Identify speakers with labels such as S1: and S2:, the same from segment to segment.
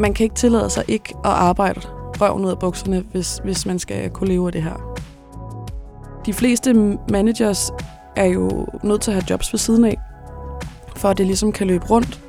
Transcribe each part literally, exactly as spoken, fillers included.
S1: man kan ikke tillade sig ikke at arbejde røven ud af bukserne, hvis, hvis man skal kunne leve af det her. De fleste managers er jo nødt til at have jobs ved siden af, for at det ligesom kan løbe rundt.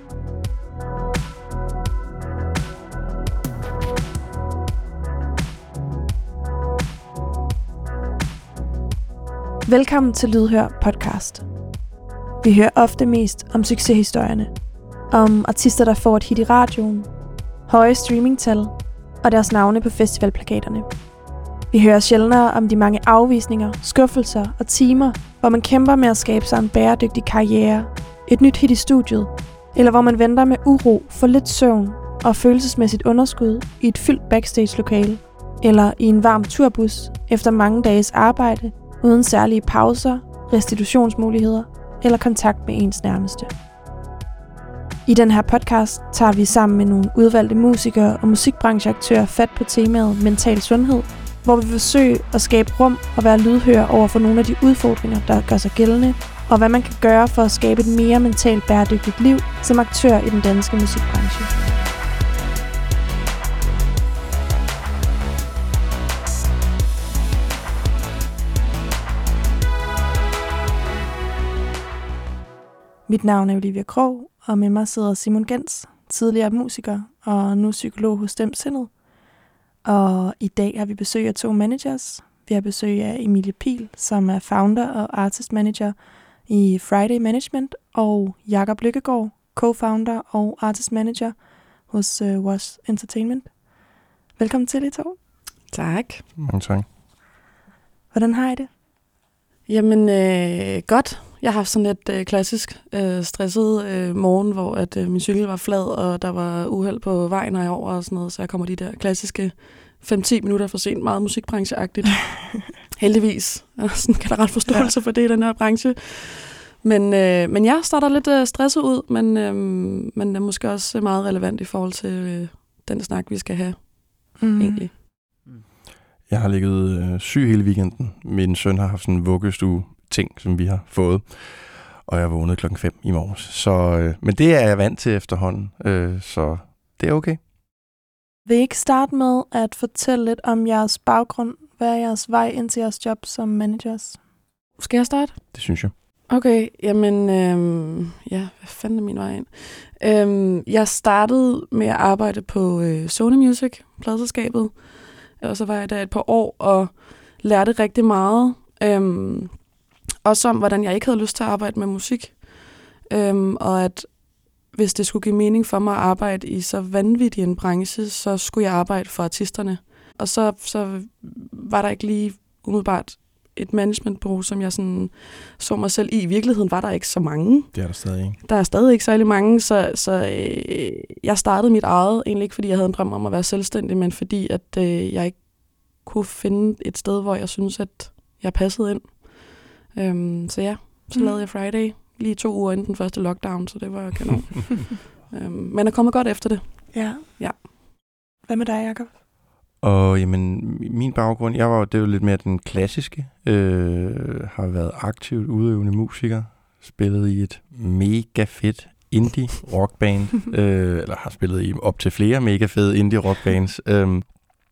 S2: Velkommen til Lydhør podcast. Vi hører ofte mest om succeshistorierne. Om artister, der får et hit i radioen, høje streamingtal og deres navne på festivalplakaterne. Vi hører sjældnere om de mange afvisninger, skuffelser og timer, hvor man kæmper med at skabe sig en bæredygtig karriere, et nyt hit i studiet, eller hvor man venter med uro, for lidt søvn og følelsesmæssigt underskud i et fyldt backstage-lokale, eller i en varm turbus efter mange dages arbejde, uden særlige pauser, restitutionsmuligheder eller kontakt med ens nærmeste. I den her podcast tager vi sammen med nogle udvalgte musikere og musikbrancheaktører fat på temaet mental sundhed, hvor vi forsøger at skabe rum og være lydhør over for nogle af de udfordringer, der gør sig gældende, og hvad man kan gøre for at skabe et mere mentalt bæredygtigt liv som aktør i den danske musikbranche. Mit navn er Olivia Krog, og med mig sidder Simon Gens, tidligere musiker og nu psykolog hos Stemt Sindet. Og i dag har vi besøg af to managers. Vi har besøg af Emilie Pihl, som er founder og artist manager i Friday Management, og Jakob Lykkegaard, co-founder og artist manager hos uh, Was Entertainment. Velkommen til, I to.
S1: Tak.
S3: Mange tak.
S2: Hvordan har I det?
S1: Jamen, øh, godt. Jeg har haft sådan et øh, klassisk øh, stresset øh, morgen, hvor at, øh, min cykel var flad, og der var uheld på vejen herover og sådan noget, så jeg kommer de der klassiske fem til ti minutter for sent, meget musikbrancheagtigt. Heldigvis. Og sådan kan der ret forståelse ja. for det i den her branche. Men, øh, men jeg starter lidt øh, stresset ud, men, øh, men er måske også meget relevant i forhold til øh, den snak, vi skal have, mm. egentlig.
S3: Jeg har ligget øh, syg hele weekenden. Min søn har haft sådan en vuggestue ting, som vi har fået. Og jeg vågnede klokken fem i morges. Så, øh, men det er jeg vant til efterhånden, øh, så det er okay.
S2: Vil I ikke starte med at fortælle lidt om jeres baggrund? Hvad er jeres vej ind til jeres job som managers?
S1: Skal jeg starte?
S3: Det synes jeg.
S1: Okay, jamen, øhm, ja, hvad fanden er min vej ind? Øhm, jeg startede med at arbejde på øh, Sony Music, pladselskabet, og så var jeg der et par år og lærte rigtig meget. Øhm, også om, hvordan jeg ikke havde lyst til at arbejde med musik. Øhm, og at hvis det skulle give mening for mig at arbejde i så vanvittig en branche, så skulle jeg arbejde for artisterne. Og så, så var der ikke lige umiddelbart et managementbureau, som jeg sådan så mig selv i. I virkeligheden var der ikke så mange.
S3: Det er der stadig ikke.
S1: Der er stadig ikke særlig mange, så, så øh, jeg startede mit eget, egentlig ikke fordi jeg havde en drøm om at være selvstændig, men fordi at øh, jeg ikke kunne finde et sted, hvor jeg synes at jeg passede ind. Øhm, så ja, så lavede jeg Friday lige to uger inden den første lockdown, så det var kanon. øhm, men jeg kommet godt efter det.
S2: Ja.
S1: Ja.
S2: Hvad med dig, Jakob?
S3: Og jamen, min baggrund, jeg var det er jo lidt mere den klassiske. Øh, har været aktivt udøvende musiker. Spillet i et mega fedt indie rockband. øh, eller har spillet i op til flere mega fede indie rockbands. Øh,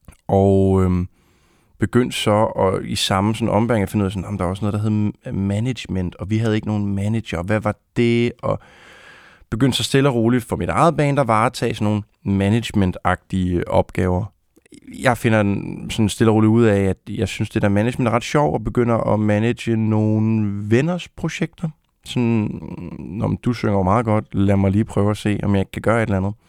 S3: og øh, begyndte så at, i samme sådan ombæring at finde ud af, sådan, om der var også noget, der hed management, og vi havde ikke nogen manager. Hvad var det? Og begyndte så stille og roligt for mit eget band at varetage sådan nogle management-agtige opgaver. Jeg finder sådan stille og roligt ud af, at jeg synes, det der management er ret sjovt, og begynder at manage nogle venners projekter. Sådan, når du synger meget godt, lad mig lige prøve at se, om jeg kan gøre et eller andet.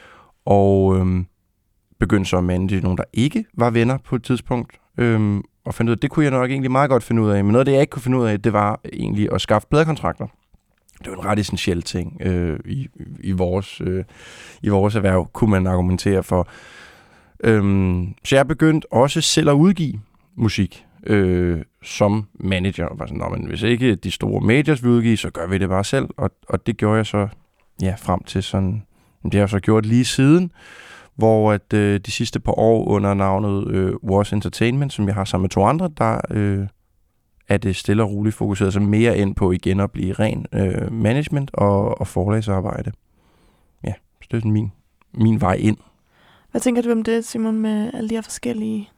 S3: Og øhm, begyndte så at manage nogen, der ikke var venner på et tidspunkt, øhm, og fandt ud af, det kunne jeg nok egentlig meget godt finde ud af. Men noget af det, jeg ikke kunne finde ud af, det var egentlig at skaffe pladekontrakter. Det var en ret essentiel ting øh, i, i, vores, øh, i vores erhverv, kunne man argumentere for. Øhm, så jeg begyndte også selv at udgive musik øh, som manager. Og var sådan, Nå, men hvis ikke de store majors vil udgive, så gør vi det bare selv. Og, og det gjorde jeg så ja, frem til sådan, det har jeg så gjort lige siden, hvor at øh, de sidste par år under navnet øh, Was Entertainment, som jeg har sammen med to andre, der øh, er det stille og roligt fokuseret så mere ind på igen at blive ren øh, management og, og forlagsarbejde. Ja, så det er sådan min, min vej ind
S2: Hvad tænker du om det, Simon, med alle de her forskellige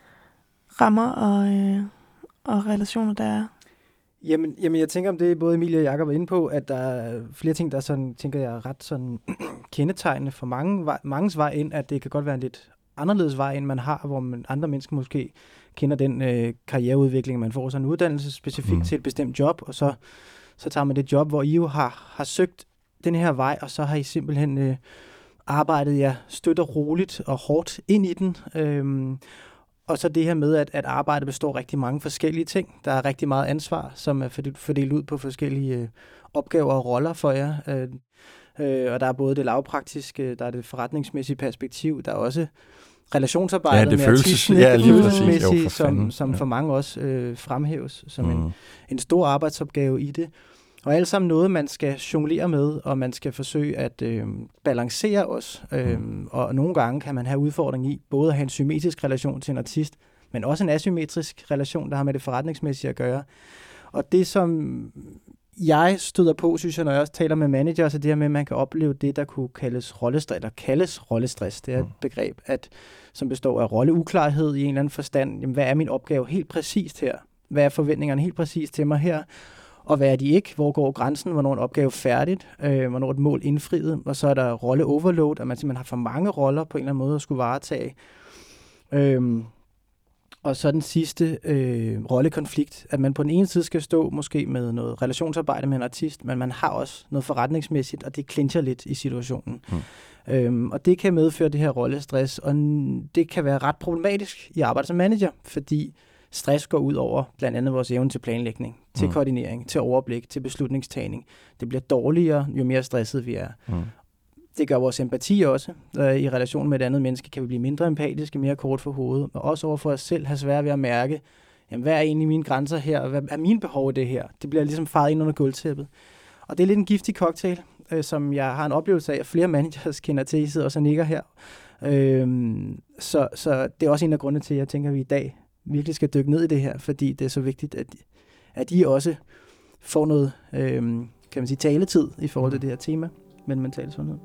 S2: rammer og, øh, og relationer, der er?
S4: Jamen, jamen, jeg tænker om det, både Emilie og Jakob var inde på, at der er flere ting, der er sådan, tænker jeg, er ret sådan kendetegnende for mange, manges vej ind, at det kan godt være en lidt anderledes vej, end man har, hvor man, andre mennesker måske kender den øh, karriereudvikling, man får sådan en uddannelse specifikt mm. til et bestemt job, og så, så tager man det job, hvor I jo har, har søgt den her vej, og så har I simpelthen øh, arbejdet jer støt og roligt og hårdt ind i den. Øhm, og så det her med, at, at arbejdet består af rigtig mange forskellige ting. Der er rigtig meget ansvar, som er fordelt ud på forskellige øh, opgaver og roller for jer. Øh, øh, og der er både det lavpraktiske, der er det forretningsmæssige perspektiv, der er også relationsarbejdet
S3: ja, det
S4: med
S3: følelses-
S4: artisten,
S3: ja,
S4: det følelsesmæssige,
S3: jo,
S4: som, som
S3: ja.
S4: for mange også øh, fremhæves som
S3: mm.
S4: en, en stor arbejdsopgave i det. Og alt sammen noget, man skal jonglere med, og man skal forsøge at øh, balancere os. Øh, mm. Og nogle gange kan man have udfordring i både at have en symmetrisk relation til en artist, men også en asymmetrisk relation, der har med det forretningsmæssige at gøre. Og det, som jeg støder på, synes jeg, når jeg også taler med managers, er det her med, at man kan opleve det, der kunne kaldes rollestress, eller kaldes rollestress. Det er et begreb, at, som består af rolleuklarhed i en eller anden forstand. Jamen, hvad er min opgave helt præcist her? Hvad er forventningerne helt præcist til mig her? Og hvad er de ikke? Hvor går grænsen? Hvornår er en opgave færdigt? Øh, hvornår er et mål indfriet? Og så er der rolle-overload, at man simpelthen har for mange roller på en eller anden måde at skulle varetage. Øhm, og så den sidste øh, rollekonflikt, at man på den ene side skal stå måske med noget relationsarbejde med en artist, men man har også noget forretningsmæssigt, og det clincher lidt i situationen. Mm. Øhm, og det kan medføre det her rollestress, og det kan være ret problematisk i arbejde som manager, fordi stress går ud over blandt andet vores evne til planlægning, til mm. koordinering, til overblik, til beslutningstagning. Det bliver dårligere, jo mere stresset vi er. Mm. Det gør vores empati også. I relation med et andet menneske kan vi blive mindre empatiske, mere kort for hovedet, og også over for os selv have svært ved at mærke, jamen, hvad er egentlig mine grænser her, hvad er mine behov i det her? Det bliver ligesom faret ind under gulvtæppet. Og det er lidt en giftig cocktail, øh, som jeg har en oplevelse af, at flere managers kender til, I sidder også og nikker her. Øhm, så, så det er også en af grundene til, at jeg tænker, at vi i dag virkelig skal dykke ned i det her, fordi det er så vigtigt, at, at I også får noget øhm, kan man sige, taletid i forhold til det her tema med mental sundhed.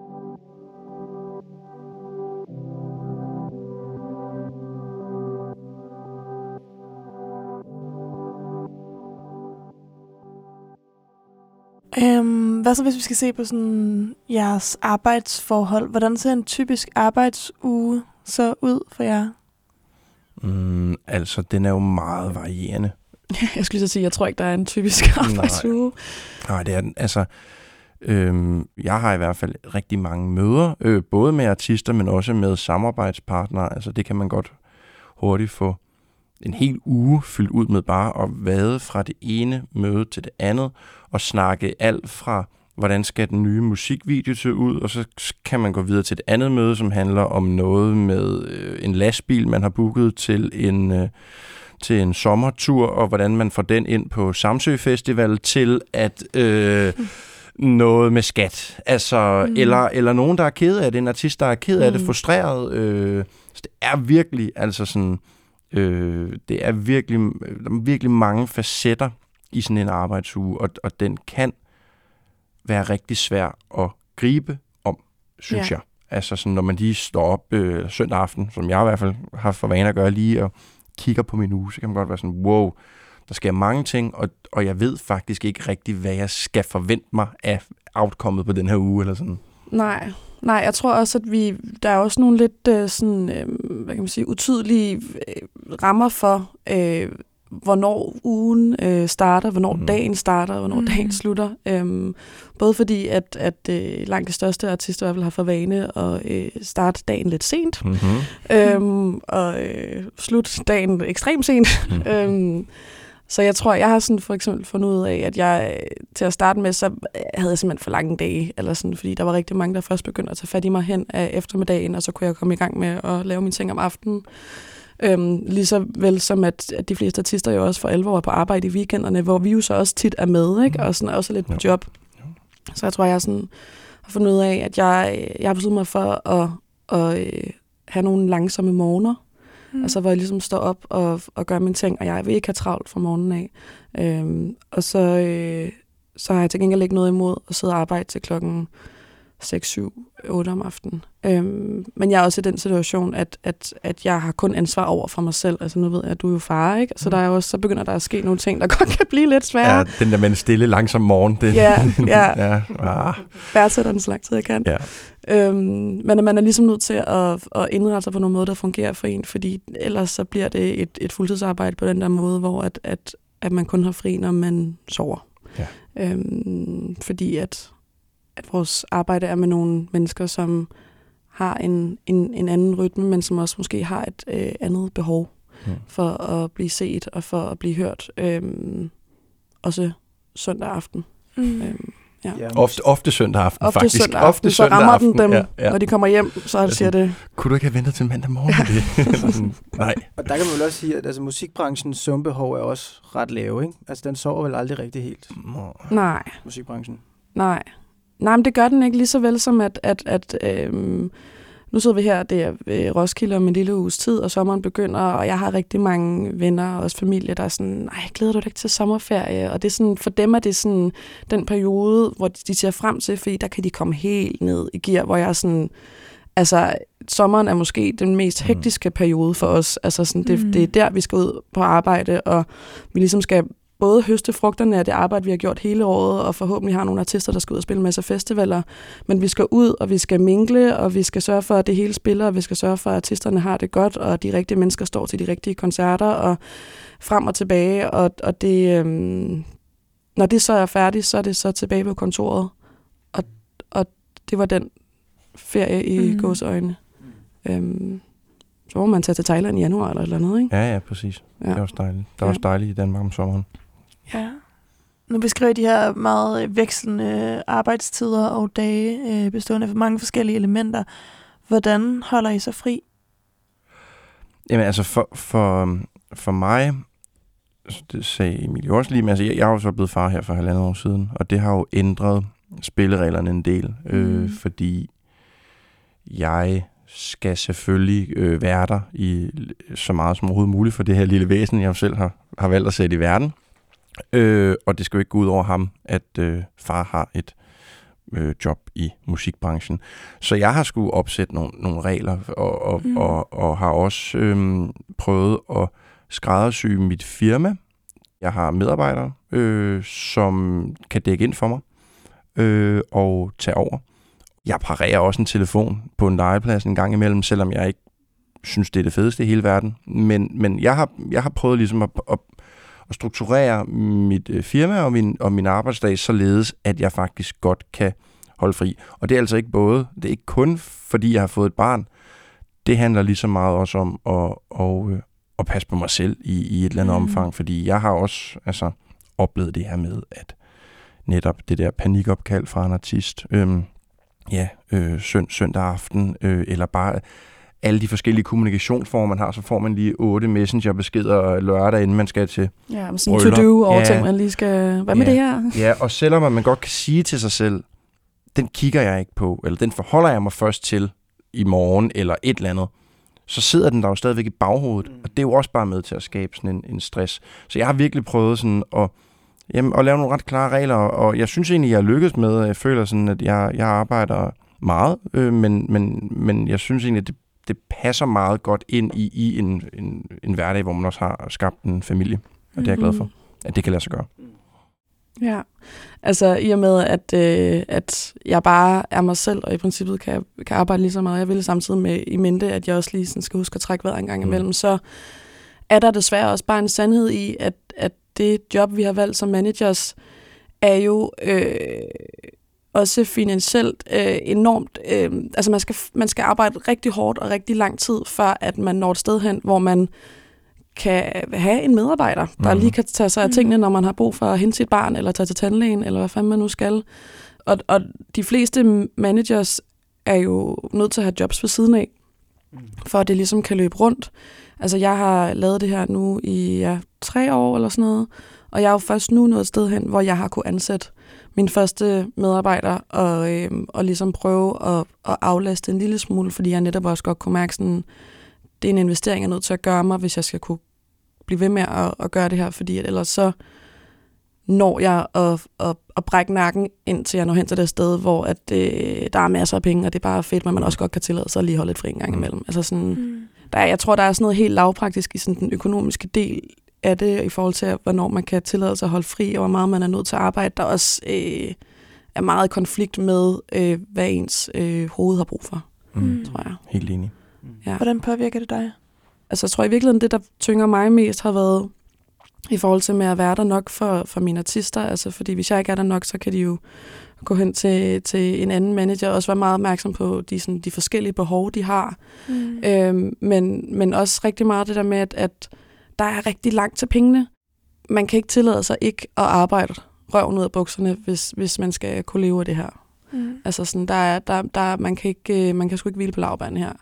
S2: Øhm, hvad så, hvis vi skal se på sådan jeres arbejdsforhold? Hvordan ser en typisk arbejdsuge så ud for jer?
S3: Mm, altså, den er jo meget varierende.
S1: Jeg skulle lige sige, jeg tror ikke, der er en typisk arbejdsuge.
S3: Nej, Nej det er den. Altså, øhm, jeg har i hvert fald rigtig mange møder, øh, både med artister, men også med samarbejdspartnere. Altså, det kan man godt hurtigt få en hel uge fyldt ud med bare at vade fra det ene møde til det andet, og snakke alt fra, hvordan skal den nye musikvideo se ud, og så kan man gå videre til et andet møde, som handler om noget med øh, en lastbil, man har booket til en, øh, til en sommertur, og hvordan man får den ind på Samsø Festival, til at øh, mm. noget med skat. Altså, mm. eller, eller nogen, der er ked af det, en artist, der er ked af mm. det, frustreret. Øh, så det er virkelig, altså sådan, øh, det er virkelig, der er virkelig mange facetter i sådan en arbejdsuge, og, og den kan være rigtig svær at gribe om, synes ja. jeg. Altså sådan, når man lige står op øh, søndag aften, som jeg i hvert fald har for vane at gøre, lige og kigger på min uge, så kan man godt være sådan, wow, der sker mange ting, og, og jeg ved faktisk ikke rigtig, hvad jeg skal forvente mig af outcomet på den her uge, eller sådan.
S1: Nej, nej, jeg tror også, at vi, der er også nogle lidt øh, sådan, øh, hvad kan man sige, utydelige øh, rammer for, øh, hvornår ugen øh, starter, hvornår mm. dagen starter, hvornår mm. dagen slutter. Øhm, både fordi, at, at øh, langt de største artister i hvert fald har for vane at øh, starte dagen lidt sent, mm-hmm. øhm, og øh, slutte dagen ekstremt sent. Mm. øhm, så jeg tror, jeg har sådan for eksempel fundet ud af, at jeg til at starte med, så havde jeg simpelthen for lange dage, eller sådan, fordi der var rigtig mange, der først begyndte at tage fat i mig hen af eftermiddagen, og så kunne jeg komme i gang med at lave mine ting om aftenen. Øhm, lige så vel som at, at de fleste artister jo også for alvor er på arbejde i weekenderne, hvor vi jo så også tit er med, ikke? Og sådan også lidt på job. Så jeg tror, jeg sådan har fundet ud af, at jeg, jeg har besluttet mig for at, at, at have nogle langsomme morgener. Mm. Altså hvor jeg ligesom står op og, og gør mine ting, og jeg vil ikke have travlt fra morgenen af. Øhm, og så, øh, så har jeg til gengæld ikke noget imod at sidde og arbejde til klokken seks, syv, otte om aftenen. Øhm, men jeg er også i den situation, at, at, at jeg har kun ansvar over for mig selv. Altså nu ved jeg, at du er jo far, ikke? Så, der er også, så begynder der at ske nogle ting, der godt kan blive lidt svære.
S3: Ja, den der med en stille, langsom morgen. Det.
S1: Ja, ja.
S3: ja. Ah.
S1: Værdsætter den så lang tid, jeg kan.
S3: Ja.
S1: Øhm, men man er ligesom nødt til at, at indrette sig på nogle måde, der fungerer for en, fordi ellers så bliver det et, et fuldtidsarbejde på den der måde, hvor at, at, at man kun har fri, når man sover.
S3: Ja.
S1: Øhm, fordi at, at vores arbejde er med nogle mennesker, som har en, en, en anden rytme, men som også måske har et øh, andet behov mm. for at blive set og for at blive hørt. Øhm, også søndag aften. Mm. Øhm, ja.
S3: Ja, ofte, ofte søndag aften,
S1: ofte
S3: faktisk.
S1: Søndag aften,
S3: ofte
S1: så
S3: søndag
S1: rammer
S3: aften.
S1: den dem,
S3: ja, ja.
S1: når de kommer hjem, så altså, siger det...
S3: Kunne du ikke have ventet til mandag morgen med det? Nej.
S4: Og der kan man vel også sige, at altså, musikbranchens søvnbehov er også ret lave, ikke? Altså, den sover vel aldrig rigtig helt.
S1: Nej.
S4: Musikbranchen.
S1: Nej. Nej, men det gør den ikke lige så vel som, at... at, at øhm, nu sidder vi her, det er ved Roskilde om en lille uges tid, og sommeren begynder, og jeg har rigtig mange venner og også familie, der er sådan, nej, glæder du dig ikke til sommerferie? Og det er sådan, for dem er det sådan den periode, hvor de ser frem til, fordi der kan de komme helt ned i gear, hvor jeg er sådan, altså, sommeren er måske den mest hektiske periode for os. Altså, sådan, det, mm. det er der, vi skal ud på arbejde, og vi ligesom skal både høste frugterne af det arbejde, vi har gjort hele året, og forhåbentlig har nogle artister, der skal ud og spille en masse festivaler. Men vi skal ud, og vi skal mingle, og vi skal sørge for, at det hele spiller, og vi skal sørge for, at artisterne har det godt, og de rigtige mennesker står til de rigtige koncerter, og frem og tilbage. Og, og det, øhm, når det så er færdigt, så er det så tilbage på kontoret. Og, og det var den ferie i mm. gåseøjne. Øhm, så må man tage til Thailand i januar eller et eller andet, ikke?
S3: Ja, ja, præcis. Ja. Det er også dejligt. Det er ja. også dejligt i Danmark om sommeren.
S2: Ja. Nu beskriver I de her meget vekslende arbejdstider og dage, øh, bestående af mange forskellige elementer. Hvordan holder I så fri?
S3: Jamen altså, for, for, for mig, det sagde Emilie også lige, men altså, jeg, jeg er jo så blevet far her for halvandet år siden, og det har jo ændret spillereglerne en del, mm. øh, fordi jeg skal selvfølgelig øh, være der i så meget som overhovedet muligt for det her lille væsen, jeg selv har, har valgt at sætte i verden. Øh, og det skal jo ikke gå ud over ham, at øh, far har et øh, job i musikbranchen. Så jeg har skulle opsætte nogle, nogle regler, og, og, mm. og, og har også øh, prøvet at skræddersy mit firma. Jeg har medarbejdere, øh, som kan dække ind for mig øh, og tage over. Jeg parerer også en telefon på en legeplads en gang imellem, selvom jeg ikke synes, det er det fedeste i hele verden. Men, men jeg, har, jeg har prøvet ligesom at, at, at strukturere mit firma og min, og min arbejdsdag således, at jeg faktisk godt kan holde fri. Og det er altså ikke både, det er ikke kun fordi jeg har fået et barn. Det handler lige så meget også om at, at, at passe på mig selv i, i et eller andet mm. omfang, fordi jeg har også altså, oplevet det her med, at netop det der panikopkald fra en artist, øhm, ja, øh, søn, søndag aften, øh, eller bare alle de forskellige kommunikationsformer, man har, så får man lige otte messengerbeskeder lørdag, inden man skal til
S1: ja, sådan to-do over
S3: ja.
S1: ting, man lige skal... Hvad med
S3: ja.
S1: det her?
S3: Ja, og selvom man godt kan sige til sig selv, den kigger jeg ikke på, eller den forholder jeg mig først til i morgen, eller et eller andet, så sidder den der jo stadigvæk i baghovedet, og det er jo også bare med til at skabe sådan en, en stress. Så jeg har virkelig prøvet sådan at Jamen, at lave nogle ret klare regler, og jeg synes egentlig, jeg er lykkedes med, jeg føler sådan, at jeg, jeg arbejder meget, øh, men, men, men jeg synes egentlig, at det, det passer meget godt ind i, i en, en, en hverdag, hvor man også har skabt en familie, og det er jeg glad for, at det kan lade sig gøre.
S1: Ja, altså i og med, at, øh, at jeg bare er mig selv, og i princippet kan, kan arbejde lige så meget, jeg vil samtidig med i mente, at jeg også lige sådan skal huske at trække vejret en gang imellem, mm. så er der desværre også bare en sandhed i, at, at det job, vi har valgt som managers, er jo øh, også finansielt øh, enormt... Øh, altså man skal, man skal arbejde rigtig hårdt og rigtig lang tid, før at man når et sted hen, hvor man kan have en medarbejder, der mm. lige kan tage sig af tingene, når man har brug for at hente sit barn, eller tage til tandlægen, eller hvad fanden man nu skal. Og, og de fleste managers er jo nødt til at have jobs ved siden af, for at det ligesom kan løbe rundt. Altså, jeg har lavet det her nu i ja, tre år eller sådan noget, og jeg er jo først nu nået et sted hen, hvor jeg har kunne ansætte min første medarbejder og, øhm, og ligesom prøve at, at aflaste en lille smule, fordi jeg netop også godt kunne mærke, sådan, det er en investering, jeg er nødt til at gøre mig, hvis jeg skal kunne blive ved med at, at gøre det her, fordi ellers så når jeg at, at, at brække nakken, indtil jeg når hen til det sted, hvor at, øh, der er masser af penge, og det er bare fedt, men man også godt kan tillade sig at lige holde lidt fri en gang imellem. Mm. Altså sådan, mm. der, jeg tror, der er sådan noget helt lavpraktisk i sådan den økonomiske del af det, i forhold til, hvornår man kan tillade sig at holde fri, og hvor meget man er nødt til at arbejde, der også øh, er meget i konflikt med, øh, hvad ens øh, hoved har brug for, mm. tror jeg.
S3: Helt enig.
S1: Ja.
S2: Hvordan påvirker det dig?
S1: Altså, jeg tror i virkeligheden, det, der tynger mig mest, har været i forhold til med at være der nok for, for mine artister. Altså, fordi hvis jeg ikke er der nok, så kan de jo gå hen til, til en anden manager og også være meget opmærksom på de, sådan, de forskellige behov, de har. Mm. Øhm, men, men også rigtig meget det der med, at, at der er rigtig langt til pengene. Man kan ikke tillade sig ikke at arbejde røven ud af bukserne, hvis, hvis man skal kunne leve af det her. Mm. Altså, sådan, der er, der, der, man, kan ikke, man kan sgu ikke hvile på laurbærrene her.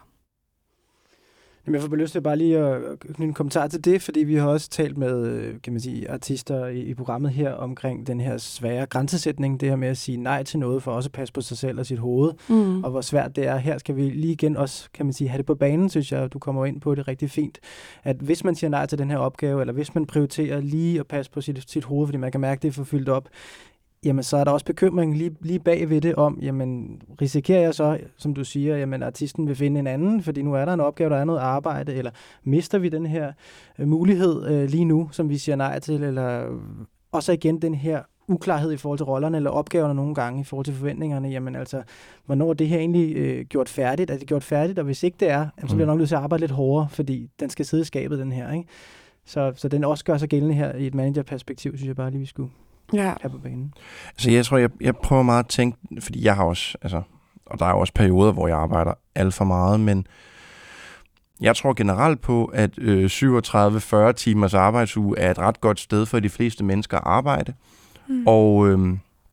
S4: Jamen, jeg får lyst til bare lige at knytte en kommentar til det, fordi vi har også talt med, kan man sige, artister i, i programmet her omkring den her svære grænsesætning, det her med at sige nej til noget for også at passe på sig selv og sit hoved, mm. og hvor svært det er. Her skal vi lige igen også, kan man sige, have det på banen, synes jeg, du kommer ind på det rigtig fint, at hvis man siger nej til den her opgave, eller hvis man prioriterer lige at passe på sit, sit hoved, fordi man kan mærke, at det er for fyldt op, jamen så er der også bekymring lige, lige bag ved det om, jamen risikerer jeg så, som du siger, jamen artisten vil finde en anden, fordi nu er der en opgave, der er noget arbejde, eller mister vi den her øh, mulighed øh, lige nu, som vi siger nej til, eller også igen den her uklarhed i forhold til rollerne, eller opgaverne nogle gange i forhold til forventningerne, jamen altså, hvornår er det her egentlig øh, gjort færdigt? Er det gjort færdigt? Og hvis ikke det er, jamen, så bliver jeg nok nødt til at arbejde lidt hårdere, fordi den skal sidde i skabet, den her, ikke? Så, så den også gør sig gældende her i et managerperspektiv, synes jeg bare lige, vi skulle
S1: ja.
S4: have på banen.
S3: Altså jeg tror, jeg, jeg prøver meget at tænke, fordi jeg har også, altså, og der er jo også perioder, hvor jeg arbejder alt for meget, men jeg tror generelt på, at øh, syvogtredive til fyrre timers arbejdsuge er et ret godt sted for de fleste mennesker at arbejde. Mm. Og, øh,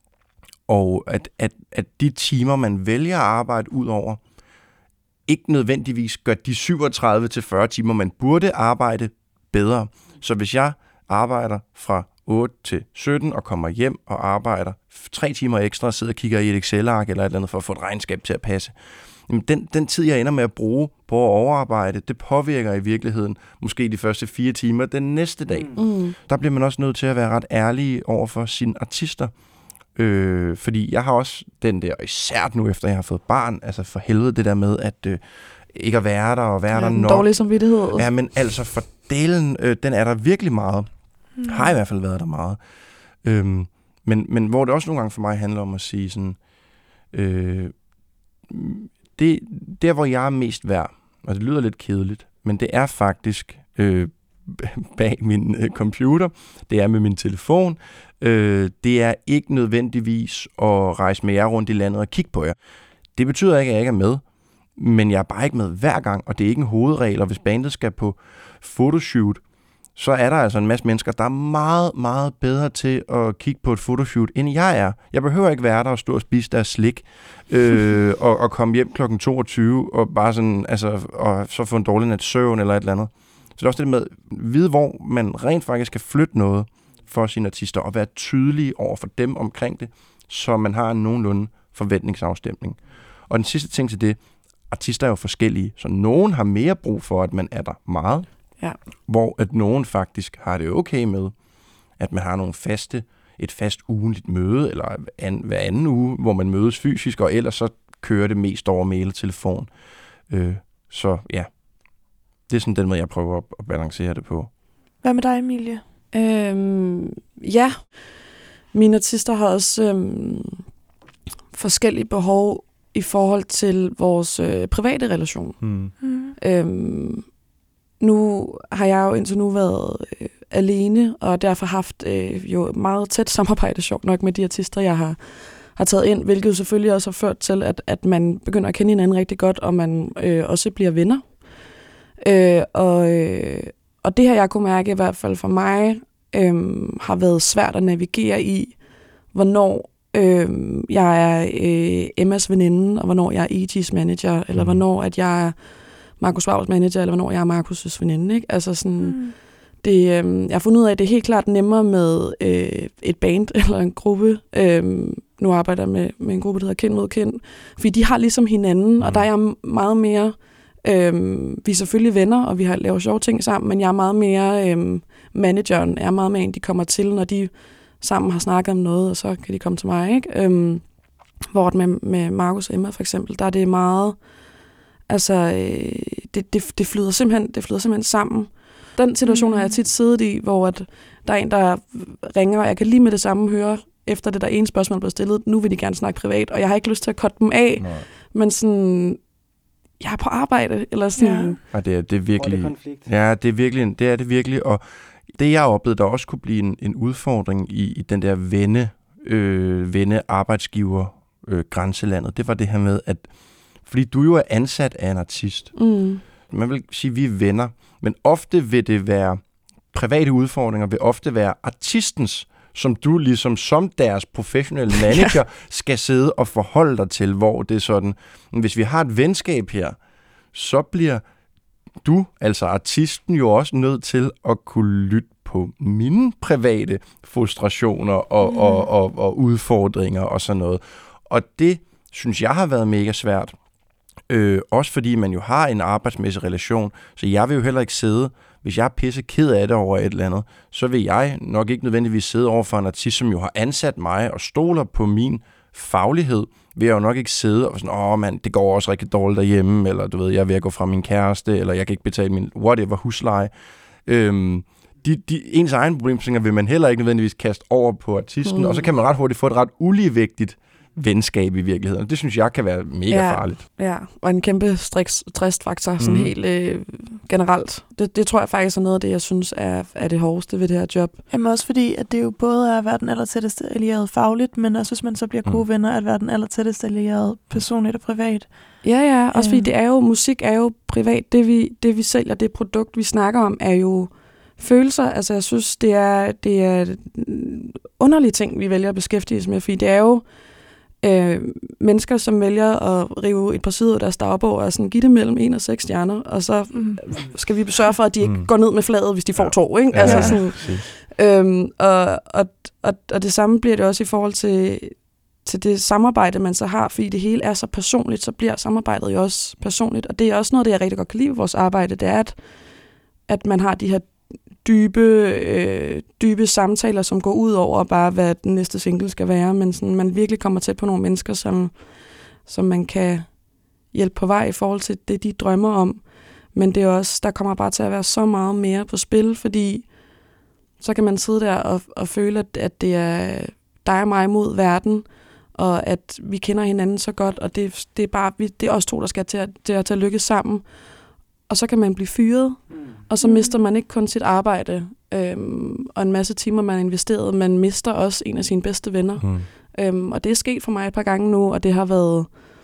S3: og at, at, at de timer, man vælger at arbejde ud over, ikke nødvendigvis gør de syvogtredive til fyrre timer, man burde arbejde, bedre. Så hvis jeg arbejder fra otte til sytten og kommer hjem og arbejder tre timer ekstra og sidder og kigger i et Excel-ark eller et eller andet for at få et regnskab til at passe, jamen den, den tid, jeg ender med at bruge på at overarbejde, det påvirker i virkeligheden måske de første fire timer den næste dag. Mm. Der bliver man også nødt til at være ret ærlig over for sine artister. Øh, fordi jeg har også den der, især nu efter jeg har fået barn, altså for helvede det der med, at øh, ikke at være der og være ja, der nok.
S1: Dårlig samvittighed.
S3: Ja, men altså for delen, øh, den er der virkelig meget. Mm. Har i hvert fald været der meget. Øhm, men, men hvor det også nogle gange for mig handler om at sige sådan, øh, det, der hvor jeg er mest værd, og det lyder lidt kedeligt, men det er faktisk øh, bag min øh, computer, det er med min telefon, øh, det er ikke nødvendigvis at rejse med jer rundt i landet og kigge på jer. Det betyder ikke, at jeg ikke er med, men jeg er bare ikke med hver gang, og det er ikke en hovedregel, og hvis bandet skal på photoshoot, så er der altså en masse mennesker, der er meget, meget bedre til at kigge på et fotoshoot, end jeg er. Jeg behøver ikke være der og stå og spise deres slik, øh, og, og komme hjem klokken toogtyve, og bare sådan, altså, og så få en dårlig nat søvn eller et eller andet. Så det er også det med at vide, hvor man rent faktisk kan flytte noget for sine artister, og være tydelig over for dem omkring det, så man har en nogenlunde forventningsafstemning. Og den sidste ting til det, artister er jo forskellige, så nogen har mere brug for, at man er der meget, ja. Hvor at nogen faktisk har det okay med, at man har nogle faste, et fast ugenligt møde, eller an, hver anden uge, hvor man mødes fysisk, og ellers så kører det mest over mail og telefon. Øh, så ja, det er sådan den måde, jeg prøver at, at balancere det på.
S2: Hvad med dig, Emilie?
S1: Øhm, ja, mine artister har også øhm, forskellige behov i forhold til vores øh, private relation. Mm. Mm. Øhm, nu har jeg jo indtil nu været øh, alene, og derfor haft øh, jo meget tæt samarbejde, sjovt nok, med de artister, jeg har, har taget ind, hvilket selvfølgelig også har ført til, at, at man begynder at kende hinanden rigtig godt, og man øh, også bliver venner. Øh, og, øh, og det her, jeg kunne mærke, i hvert fald for mig, øh, har været svært at navigere i, hvornår øh, jeg er øh, Emmas veninde, og hvornår jeg er E G's manager, eller mm. hvornår at jeg er Markus Wavls manager, eller hvornår jeg er Markus' veninde. Ikke? Altså sådan, mm. det, øh, jeg har fundet ud af, at det er helt klart nemmere med øh, et band eller en gruppe. Øh, nu arbejder jeg med, med en gruppe, der hedder Kind mod Kind, fordi de har ligesom hinanden, mm. og der er jeg meget mere. Øhm, vi er selvfølgelig venner, og vi har lavet sjove ting sammen, men jeg er meget mere øhm, manageren. Jeg er meget mere en, de kommer til, når de sammen har snakket om noget, og så kan de komme til mig, ikke? Øhm, hvor med, med Markus og Emma for eksempel, der er det meget, altså, øh, det, det, det, flyder simpelthen, det flyder simpelthen sammen. Den situation har jeg tit siddet i, hvor at der er en, der ringer, og jeg kan lige med det samme høre, efter det der ene spørgsmål blev stillet, nu vil de gerne snakke privat, og jeg har ikke lyst til at cutte dem af, nej. Men sådan, jeg er på arbejde, eller sådan.
S3: Ja, det er, det er virkelig, ja, det er virkelig, det er det virkelig, og det jeg oplevede, der også kunne blive en, en udfordring i, i den der venne, øh, venne arbejdsgiver øh, grænselandet, det var det her med, at fordi du jo er ansat af en artist, mm. man vil sige, vi er venner, men ofte vil det være, private udfordringer vil ofte være artistens, som du ligesom som deres professionelle manager skal sidde og forholde dig til, hvor det er sådan, hvis vi har et venskab her, så bliver du, altså artisten, jo også nødt til at kunne lytte på mine private frustrationer og, mm. og, og, og udfordringer og sådan noget. Og det, synes jeg, har været mega svært. Øh, også fordi man jo har en arbejdsmæssig relation, så jeg vil jo heller ikke sidde, hvis jeg er pisse ked af det over et eller andet, så vil jeg nok ikke nødvendigvis sidde over for en artist, som jo har ansat mig og stoler på min faglighed, vil jeg jo nok ikke sidde og sådan, åh mand, det går også rigtig dårligt derhjemme, eller du ved, jeg er ved at gå fra min kæreste, eller jeg kan ikke betale min whatever husleje. Øhm, de, de, ens egen problemstillinger vil man heller ikke nødvendigvis kaste over på artisten, mm. og så kan man ret hurtigt få et ret uligevægtigt venskab i virkeligheden. Det synes jeg kan være mega
S1: ja,
S3: farligt.
S1: Ja, og en kæmpe stressfaktor sådan mm. helt øh, generelt. Det, det tror jeg faktisk er noget af det, jeg synes er, er det hårdeste ved det her job.
S2: Jamen også fordi, at det jo både er at være den allertætteste allierede fagligt, men også hvis man så bliver gode mm. venner, at være den allertætteste allierede personligt og privat.
S1: Ja, ja. Også fordi det er jo, musik er jo privat. Det vi, det vi sælger, det produkt, vi snakker om, er jo følelser. Altså jeg synes, det er, det er underlige ting, vi vælger at beskæftige os med, fordi det er jo Øh, mennesker, som vælger at rive et par sider af deres dagbog og sådan, give det mellem en og seks stjerner, og så mm. skal vi sørge for, at de ikke mm. går ned med fladet, hvis de får to, ikke? Ja, altså sådan, ja. øhm, og, og, og, og det samme bliver det også i forhold til, til det samarbejde, man så har, fordi det hele er så personligt, så bliver samarbejdet jo også personligt, og det er også noget, det jeg rigtig godt kan lide ved vores arbejde, det er, at, at man har de her dybe, øh, dybe samtaler, som går ud over bare, hvad den næste single skal være, men sådan, man virkelig kommer tæt på nogle mennesker, som, som man kan hjælpe på vej i forhold til det, de drømmer om. Men det er også, der kommer bare til at være så meget mere på spil, fordi så kan man sidde der og, og føle, at, at det er dig og mig mod verden, og at vi kender hinanden så godt, og det, det er bare vi, det er os to, der skal til at, til at, til at lykkes sammen. Og så kan man blive fyret, mm. og så mister man ikke kun sit arbejde øhm, og en masse timer, man har investeret. Man mister også en af sine bedste venner. Mm. Øhm, og det er sket for mig et par gange nu, og det har været,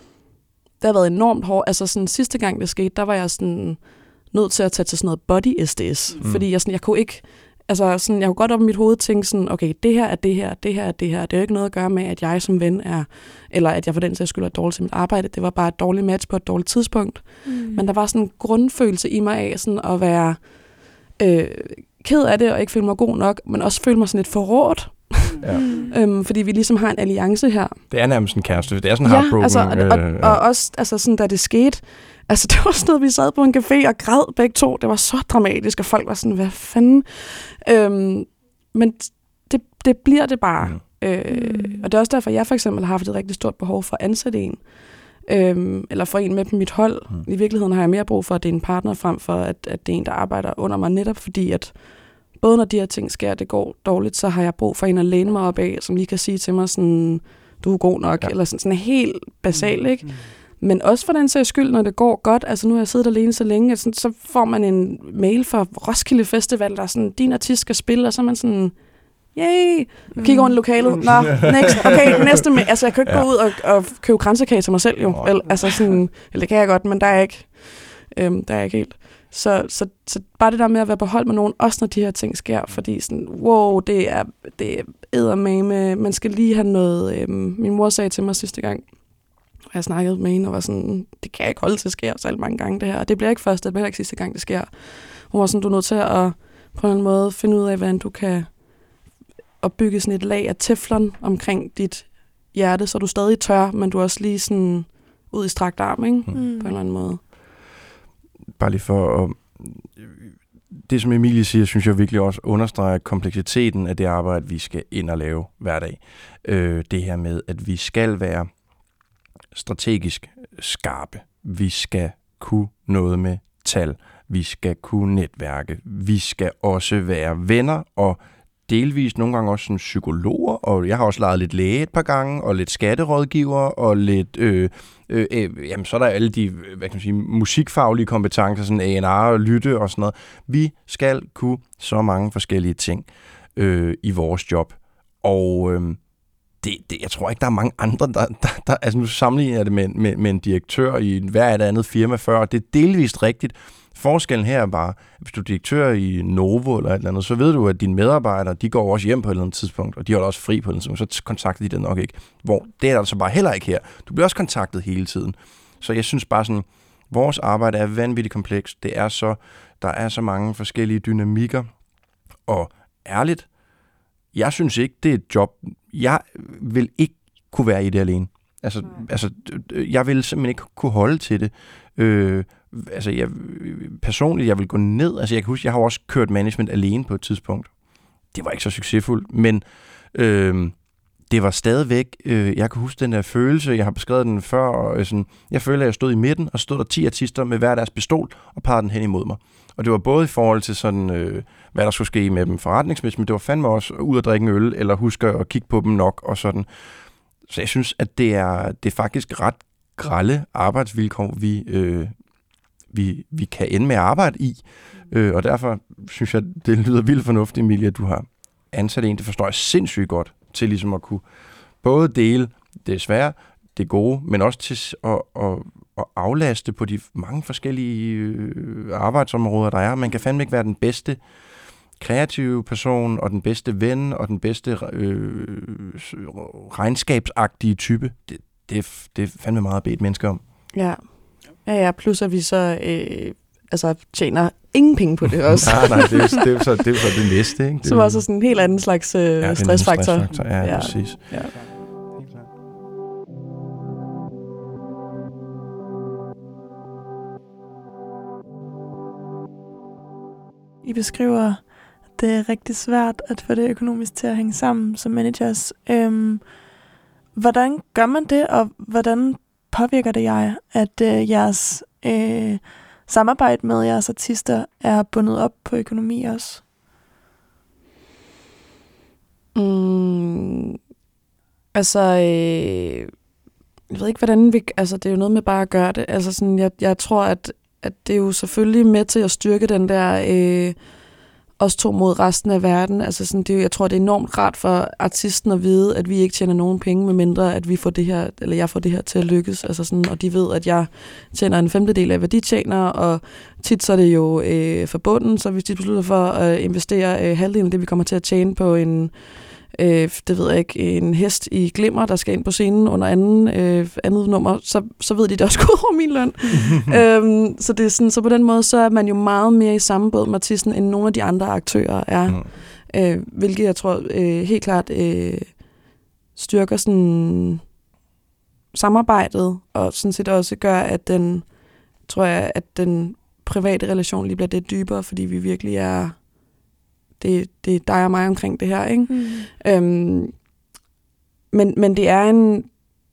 S1: det har været enormt hårdt. Altså sådan sidste gang det skete, der var jeg sådan nødt til at tage til sådan noget body S D S. Mm. Fordi jeg, sådan, jeg kunne ikke, altså sådan, jeg kunne godt op i mit hoved tænke sådan, okay, det her er det her, det her er det her. Det er jo ikke noget at gøre med, at jeg som ven er, eller at jeg for den sags skyld er dårlig til mit arbejde. Det var bare et dårligt match på et dårligt tidspunkt. Mm. Men der var sådan en grundfølelse i mig af sådan at være øh, ked af det, og ikke føle mig god nok, men også føle mig sådan lidt forrådt. Ja. øhm, fordi vi ligesom har en alliance her.
S3: Det er nærmest en kæreste. Det er sådan en
S1: ja,
S3: heartbroken.
S1: Altså, og, og, øh, og også, altså sådan, da det skete, altså det var sådan noget, vi sad på en café og græd begge to. Det var så dramatisk, og folk var sådan, hvad fanden? Øhm, men det, det bliver det bare. Mm. Øh, og det er også derfor, jeg for eksempel har haft et rigtig stort behov for at ansætte en. Øhm, eller for en med på mit hold. Mm. I virkeligheden har jeg mere brug for, at det er en partner, frem for, at, at det er en, der arbejder under mig, netop fordi, at både når de her ting sker, det går dårligt, så har jeg brug for en at læne mig op af, som lige kan sige til mig sådan, du er god nok, ja. Eller sådan, sådan helt basalt, ikke? Mm. Men også for den sags skyld, når det går godt, altså nu har jeg siddet alene så længe, at sådan, så får man en mail fra Roskilde Festival, der er sådan, din artist skal spille, og så er man sådan, yay, kigger rundt i lokalet, nå, next, okay, næste, med. Altså jeg kan ikke ja. gå ud og, og købe kransekage til mig selv, jo, oh. eller, altså sådan, eller det kan jeg godt, men der er ikke, øhm, der er ikke helt. Så, så, så bare det der med at være på hold med nogen, også når de her ting sker, fordi sådan, wow, det er, det er eddermame, man skal lige have noget, øhm, min mor sagde til mig sidste gang, og jeg snakkede med hende og var sådan, det kan jeg ikke holde til at ske så mange gange det her, og det bliver ikke første, det bliver ikke sidste gang det sker. Hun var sådan, du er nødt til at på en måde finde ud af, hvordan du kan opbygge sådan et lag af teflon omkring dit hjerte, så du stadig tør, men du er også lige sådan ud i strakt arm, ikke? Mm. På en eller anden måde.
S3: Bare lige for at... det, som Emilie siger, synes jeg virkelig også understreger kompleksiteten af det arbejde, vi skal ind og lave hver dag. Øh, det her med, at vi skal være strategisk skarpe. Vi skal kunne noget med tal. Vi skal kunne netværke. Vi skal også være venner og delvist nogle gange også som psykologer, og jeg har også leget lidt læge et par gange, og lidt skatterådgiver, og lidt, øh, øh, øh, jamen så er der alle de, hvad kan man sige, musikfaglige kompetencer, sådan A and R og lytte og sådan noget. Vi skal kunne så mange forskellige ting øh, i vores job, og øh, det, det, jeg tror ikke, der er mange andre, der, der, der altså nu sammenligner jeg det med, med, med en direktør i hver af det andet firma før, og det er delvist rigtigt. Forskellen her er bare, at hvis du er direktør i Novo eller et eller andet, så ved du, at dine medarbejdere, de går også hjem på et eller andet tidspunkt, og de holder også fri på et eller andet tidspunkt, så kontakter de dig nok ikke. Hvor det er der altså bare heller ikke her. Du bliver også kontaktet hele tiden. Så jeg synes bare sådan, vores arbejde er vanvittigt komplekst. Det er så, der er så mange forskellige dynamikker, og ærligt, jeg synes ikke, det er et job. Jeg vil ikke kunne være i det alene. Altså, altså jeg vil simpelthen ikke kunne holde til det. Øh, altså jeg, personligt, jeg vil gå ned, altså jeg kan huske, jeg har også kørt management alene på et tidspunkt. Det var ikke så succesfuldt, men øh, det var stadigvæk, øh, jeg kan huske den der følelse, jeg har beskrevet den før, og sådan, jeg følte, at jeg stod i midten, og stod der ti artister med hver deres pistol, og pegede den hen imod mig. Og det var både i forhold til sådan, øh, hvad der skulle ske med dem forretningsmæssigt, men det var fandme også ud at drikke en øl, eller huske at kigge på dem nok, og sådan. Så jeg synes, at det er, det er faktisk ret grelle arbejdsvilkår, vi, øh, vi, vi kan ende med at arbejde i. Øh, og derfor synes jeg, det lyder vildt fornuftigt, Emilie, at du har ansat en, det forstår jeg sindssygt godt, til ligesom at kunne både dele det svære, det gode, men også til at, at, at aflaste på de mange forskellige øh, arbejdsområder, der er. Man kan fandme ikke være den bedste kreative person, og den bedste ven, og den bedste øh, regnskabsagtige type. Det, det, det er fandme meget at bede et menneske om.
S1: Ja, ja, ja, plus at vi så øh, altså, tjener ingen penge på det også.
S3: nej, nej, det er, det, er så, det er så det næste. Ikke? Det
S1: Som også er sådan en helt anden slags øh, ja, stressfaktor.
S3: stressfaktor. Ja, ja, præcis. Ja.
S2: I beskriver, at det er rigtig svært at få det økonomisk til at hænge sammen som managers. Øhm, hvordan gør man det, og hvordan påvirker det jer, at øh, jeres øh, samarbejde med jeres artister er bundet op på økonomi også?
S1: Mm, altså, øh, jeg ved ikke, hvordan vi... Altså, det er jo noget med bare at gøre det. Altså, sådan, jeg, jeg tror, at at det er jo selvfølgelig med til at styrke den der øh, os to mod resten af verden. Altså sådan, det er, jeg tror, det er enormt rart for artisten at vide, at vi ikke tjener nogen penge, medmindre at vi får det her, eller jeg får det her til at lykkes. Altså sådan, og de ved, at jeg tjener en femtedel af, hvad de tjener, og tit så er det jo øh, forbundet, så hvis de beslutter for at investere øh, halvdelen af det, vi kommer til at tjene på en Øh, det ved jeg ikke, en hest i glimmer, der skal ind på scenen under anden, øh, andet nummer, så, så ved de, det også går over min løn. øhm, så, det er sådan, så på den måde, så er man jo meget mere i samme båd med artisten, end nogle af de andre aktører er. Mm. Øh, hvilket jeg tror øh, helt klart øh, styrker sådan samarbejdet, og sådan set også gør, at den, tror jeg, at den private relation lige bliver lidt dybere, fordi vi virkelig er Det, det er dig og mig omkring det her, ikke? Mm. Øhm, men, men det er en...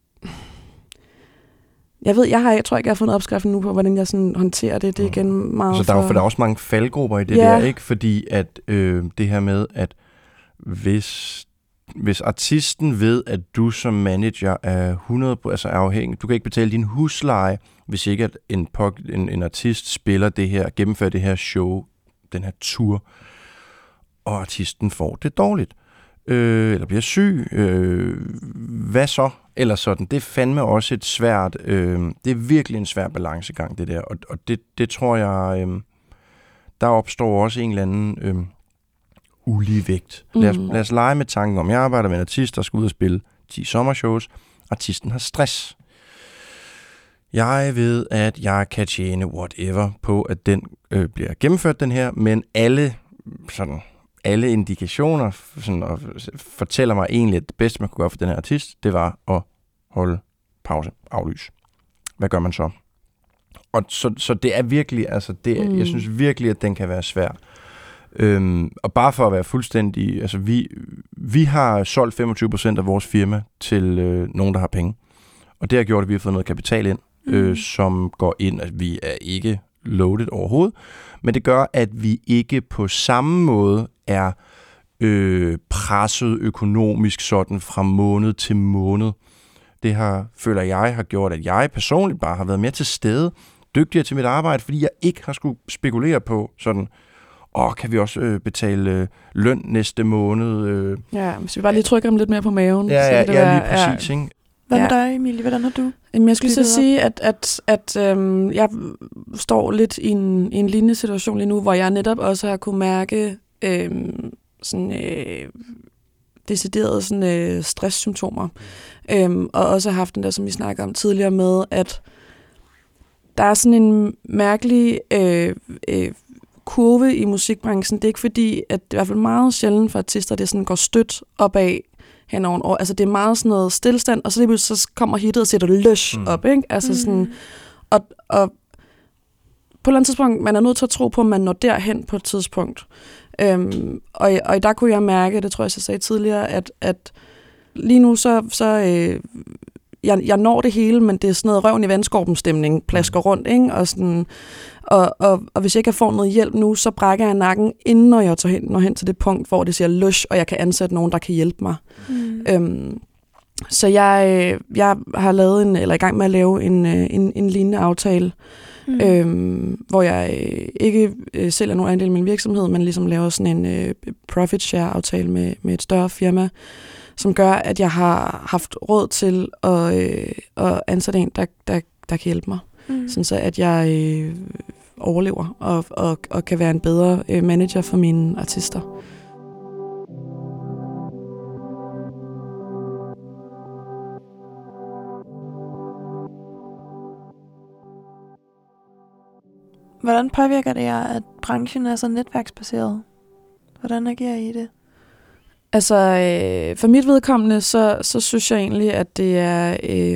S1: Jeg ved, jeg har, jeg tror ikke, jeg har fundet opskriften nu på, hvordan jeg sådan håndterer det. Det er igen meget
S3: Så der er, for... der er også mange faldgrupper i det ja. der, ikke? Fordi at øh, det her med, at hvis, hvis artisten ved, at du som manager er hundrede procent altså er afhængig, du kan ikke betale din husleje, hvis ikke at en, en, en artist spiller det her, gennemfører det her show, den her tour, og artisten får det dårligt, øh, eller bliver syg, øh, hvad så? Eller sådan. Det er fandme også et svært, øh, det er virkelig en svær balancegang, det der, og, og det, det tror jeg, øh, der opstår også en eller anden øh, ulige vægt. Mm. Lad, os, lad os lege med tanken om, jeg arbejder med en artist, der skal ud og spille ti sommershows, artisten har stress. Jeg ved, at jeg kan tjene whatever på, at den øh, bliver gennemført, den her, men alle sådan alle indikationer sådan, og fortæller mig egentlig, at det bedste, man kunne gøre for den her artist, det var at holde pause, aflys. Hvad gør man så? Og så, så det er virkelig, altså det, mm. jeg synes virkelig, at den kan være svær Øhm, og bare for at være fuldstændig, altså vi, vi har solgt femogtyve procent af vores firma til øh, nogen, der har penge. Og det har gjort, at vi har fået noget kapital ind, mm. øh, som går ind, at vi er ikke loaded overhovedet, men det gør, at vi ikke på samme måde er øh, presset økonomisk sådan fra måned til måned. Det har, føler jeg, har gjort, at jeg personligt bare har været mere til stede, dygtigere til mit arbejde, fordi jeg ikke har skulle spekulere på sådan, åh, kan vi også øh, betale øh, løn næste måned? Øh.
S1: Ja, hvis vi bare lige trykker dem lidt mere på maven.
S3: Ja,
S1: så
S3: ja,
S1: det
S3: ja
S1: være,
S3: lige præcis,
S1: ja.
S3: ikke?
S2: Hvad med
S1: Ja.
S2: dig, Emilie? Hvordan har du?
S1: Jamen, jeg skulle så
S2: bygget op?
S1: sige, at, at, at øhm, jeg står lidt i en, i en lignende situation lige nu, hvor jeg netop også har kunne mærke øhm, sådan, øh, deciderede sådan, øh, stresssymptomer. Øhm, og også har haft den der, som vi snakker om tidligere med, at der er sådan en mærkelig øh, øh, kurve i musikbranchen. Det er ikke fordi, at det er i hvert fald meget sjældent for artister, det sådan går stødt opad henover år. Altså det er meget sådan noget stillstand, og så lige pludselig så kommer hittet og sætter løs mm. op, ikke? Altså mm. sådan, og, og på et eller andet tidspunkt, man er nødt til at tro på, at man når derhen på et tidspunkt. Øhm, og, og der kunne jeg mærke, det tror jeg, jeg sagde tidligere, at, at lige nu så, så øh, jeg, jeg når det hele, men det er sådan noget røven i vandskorpen stemning, plasker rundt, ikke? Og, sådan, og, og, og hvis jeg ikke får noget hjælp nu, så brækker jeg nakken, inden når jeg tager hen, når hen til det punkt, hvor det siger løs, og jeg kan ansætte nogen, der kan hjælpe mig. Mm. Øhm, så jeg, jeg har lavet en, eller er i gang med at lave en, en, en lignende aftale, mm. øhm, hvor jeg ikke øh, sælger nogen andel af min virksomhed, men ligesom laver sådan en øh, profit share aftale med, med et større firma, som gør, at jeg har haft råd til at, øh, at ansætte en, der, der, der kan hjælpe mig. Mm. Sådan så, at jeg øh, overlever og, og, og kan være en bedre øh, manager for mine artister.
S2: Hvordan påvirker det jer, at branchen er så netværksbaseret? Hvordan agerer I det?
S1: Altså, øh, for mit vedkommende, så, så synes jeg egentlig, at det er øh,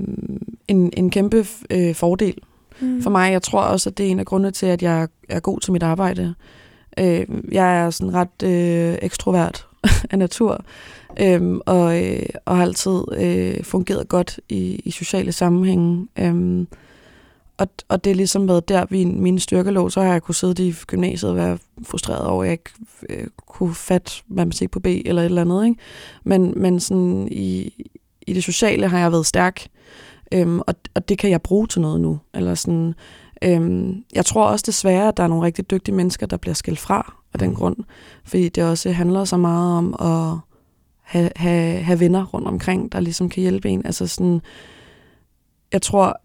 S1: en, en kæmpe øh, fordel mm. for mig. Jeg tror også, at det er en af grundene til, at jeg er god til mit arbejde. Øh, jeg er sådan ret øh, ekstrovert af natur, øh, og, øh, og har altid øh, fungeret godt i, i sociale sammenhænge. Øh, og, og det er ligesom været der, vi, mine styrker lå. Så har jeg kunne sidde i gymnasiet og være frustreret over, at jeg ikke øh, kunne fatte matematik på B eller et eller andet. Ikke? Men, men sådan i, i det sociale har jeg været stærk, øhm, og, og det kan jeg bruge til noget nu. Eller sådan, øhm, jeg tror også desværre, at der er nogle rigtig dygtige mennesker, der bliver skilt fra af den grund. Fordi det også handler så meget om at have, have, have venner rundt omkring, der ligesom kan hjælpe en. Altså sådan, jeg tror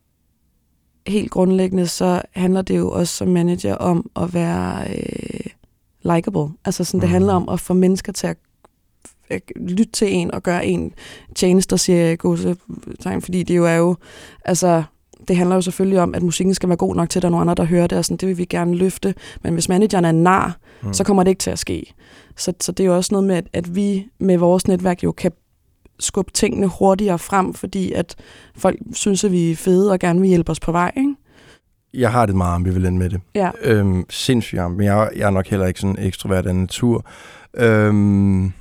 S1: helt grundlæggende, så handler det jo også som manager om at være øh, likable. Altså sådan, det handler om at få mennesker til at øh, lytte til en og gøre en tjenester, siger jeg gåsetegn, fordi det jo er jo, altså, det handler jo selvfølgelig om, at musikken skal være god nok til, at der er nogle andre, der hører det, og sådan, det vil vi gerne løfte. Men hvis manageren er nar, mm. så kommer det ikke til at ske. Så, så det er jo også noget med, at, at vi med vores netværk jo kan skubbe tingene hurtigere frem, fordi at folk synes, at vi er fede og gerne vil hjælpe os på vej, ikke?
S3: Jeg har det meget ambivalent med det.
S1: Ja.
S3: Øhm, sindssygt, men jeg, jeg er nok heller ikke sådan ekstrovert af natur. Øhm,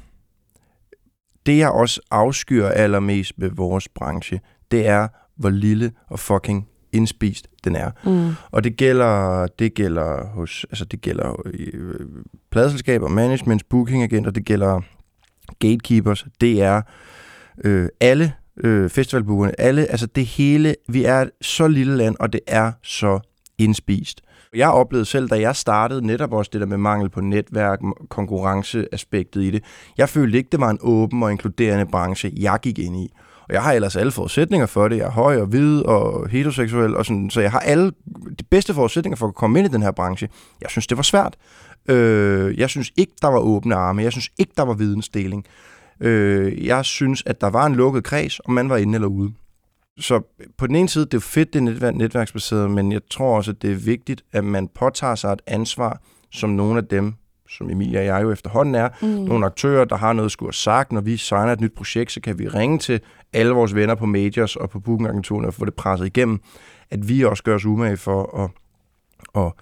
S3: det, jeg også afskyr allermest ved vores branche, det er, hvor lille og fucking indspist den er. Mm. Og det gælder, det gælder hos, altså det gælder i pladeselskaber, managements, bookingagenter, det gælder gatekeepers, det er øh, alle øh, festivalbookerne, alle, altså det hele, vi er et så lille land, og det er så indspist. Jeg oplevede selv, da jeg startede, netop også det der med mangel på netværk, konkurrenceaspektet i det. Jeg følte ikke, det var en åben og inkluderende branche, jeg gik ind i. Og jeg har ellers alle forudsætninger for det. Jeg er høj og hvid og heteroseksuel, og sådan, så jeg har alle de bedste forudsætninger for at komme ind i den her branche. Jeg synes, det var svært. Øh, jeg synes ikke, der var åbne arme. Jeg synes ikke, der var vidensdeling. Øh, jeg synes, at der var en lukket kreds, om man var inde eller ude. Så på den ene side, det er fedt, det er netværk, netværksbaseret, men jeg tror også, at det er vigtigt, at man påtager sig et ansvar, som nogle af dem, som Emilie og jeg jo efterhånden er, mm. nogle aktører, der har noget at skulle have sagt. Når vi signer et nyt projekt, så kan vi ringe til alle vores venner på majors og på bookingagenturerne og få det presset igennem, at vi også gør os umage for at, at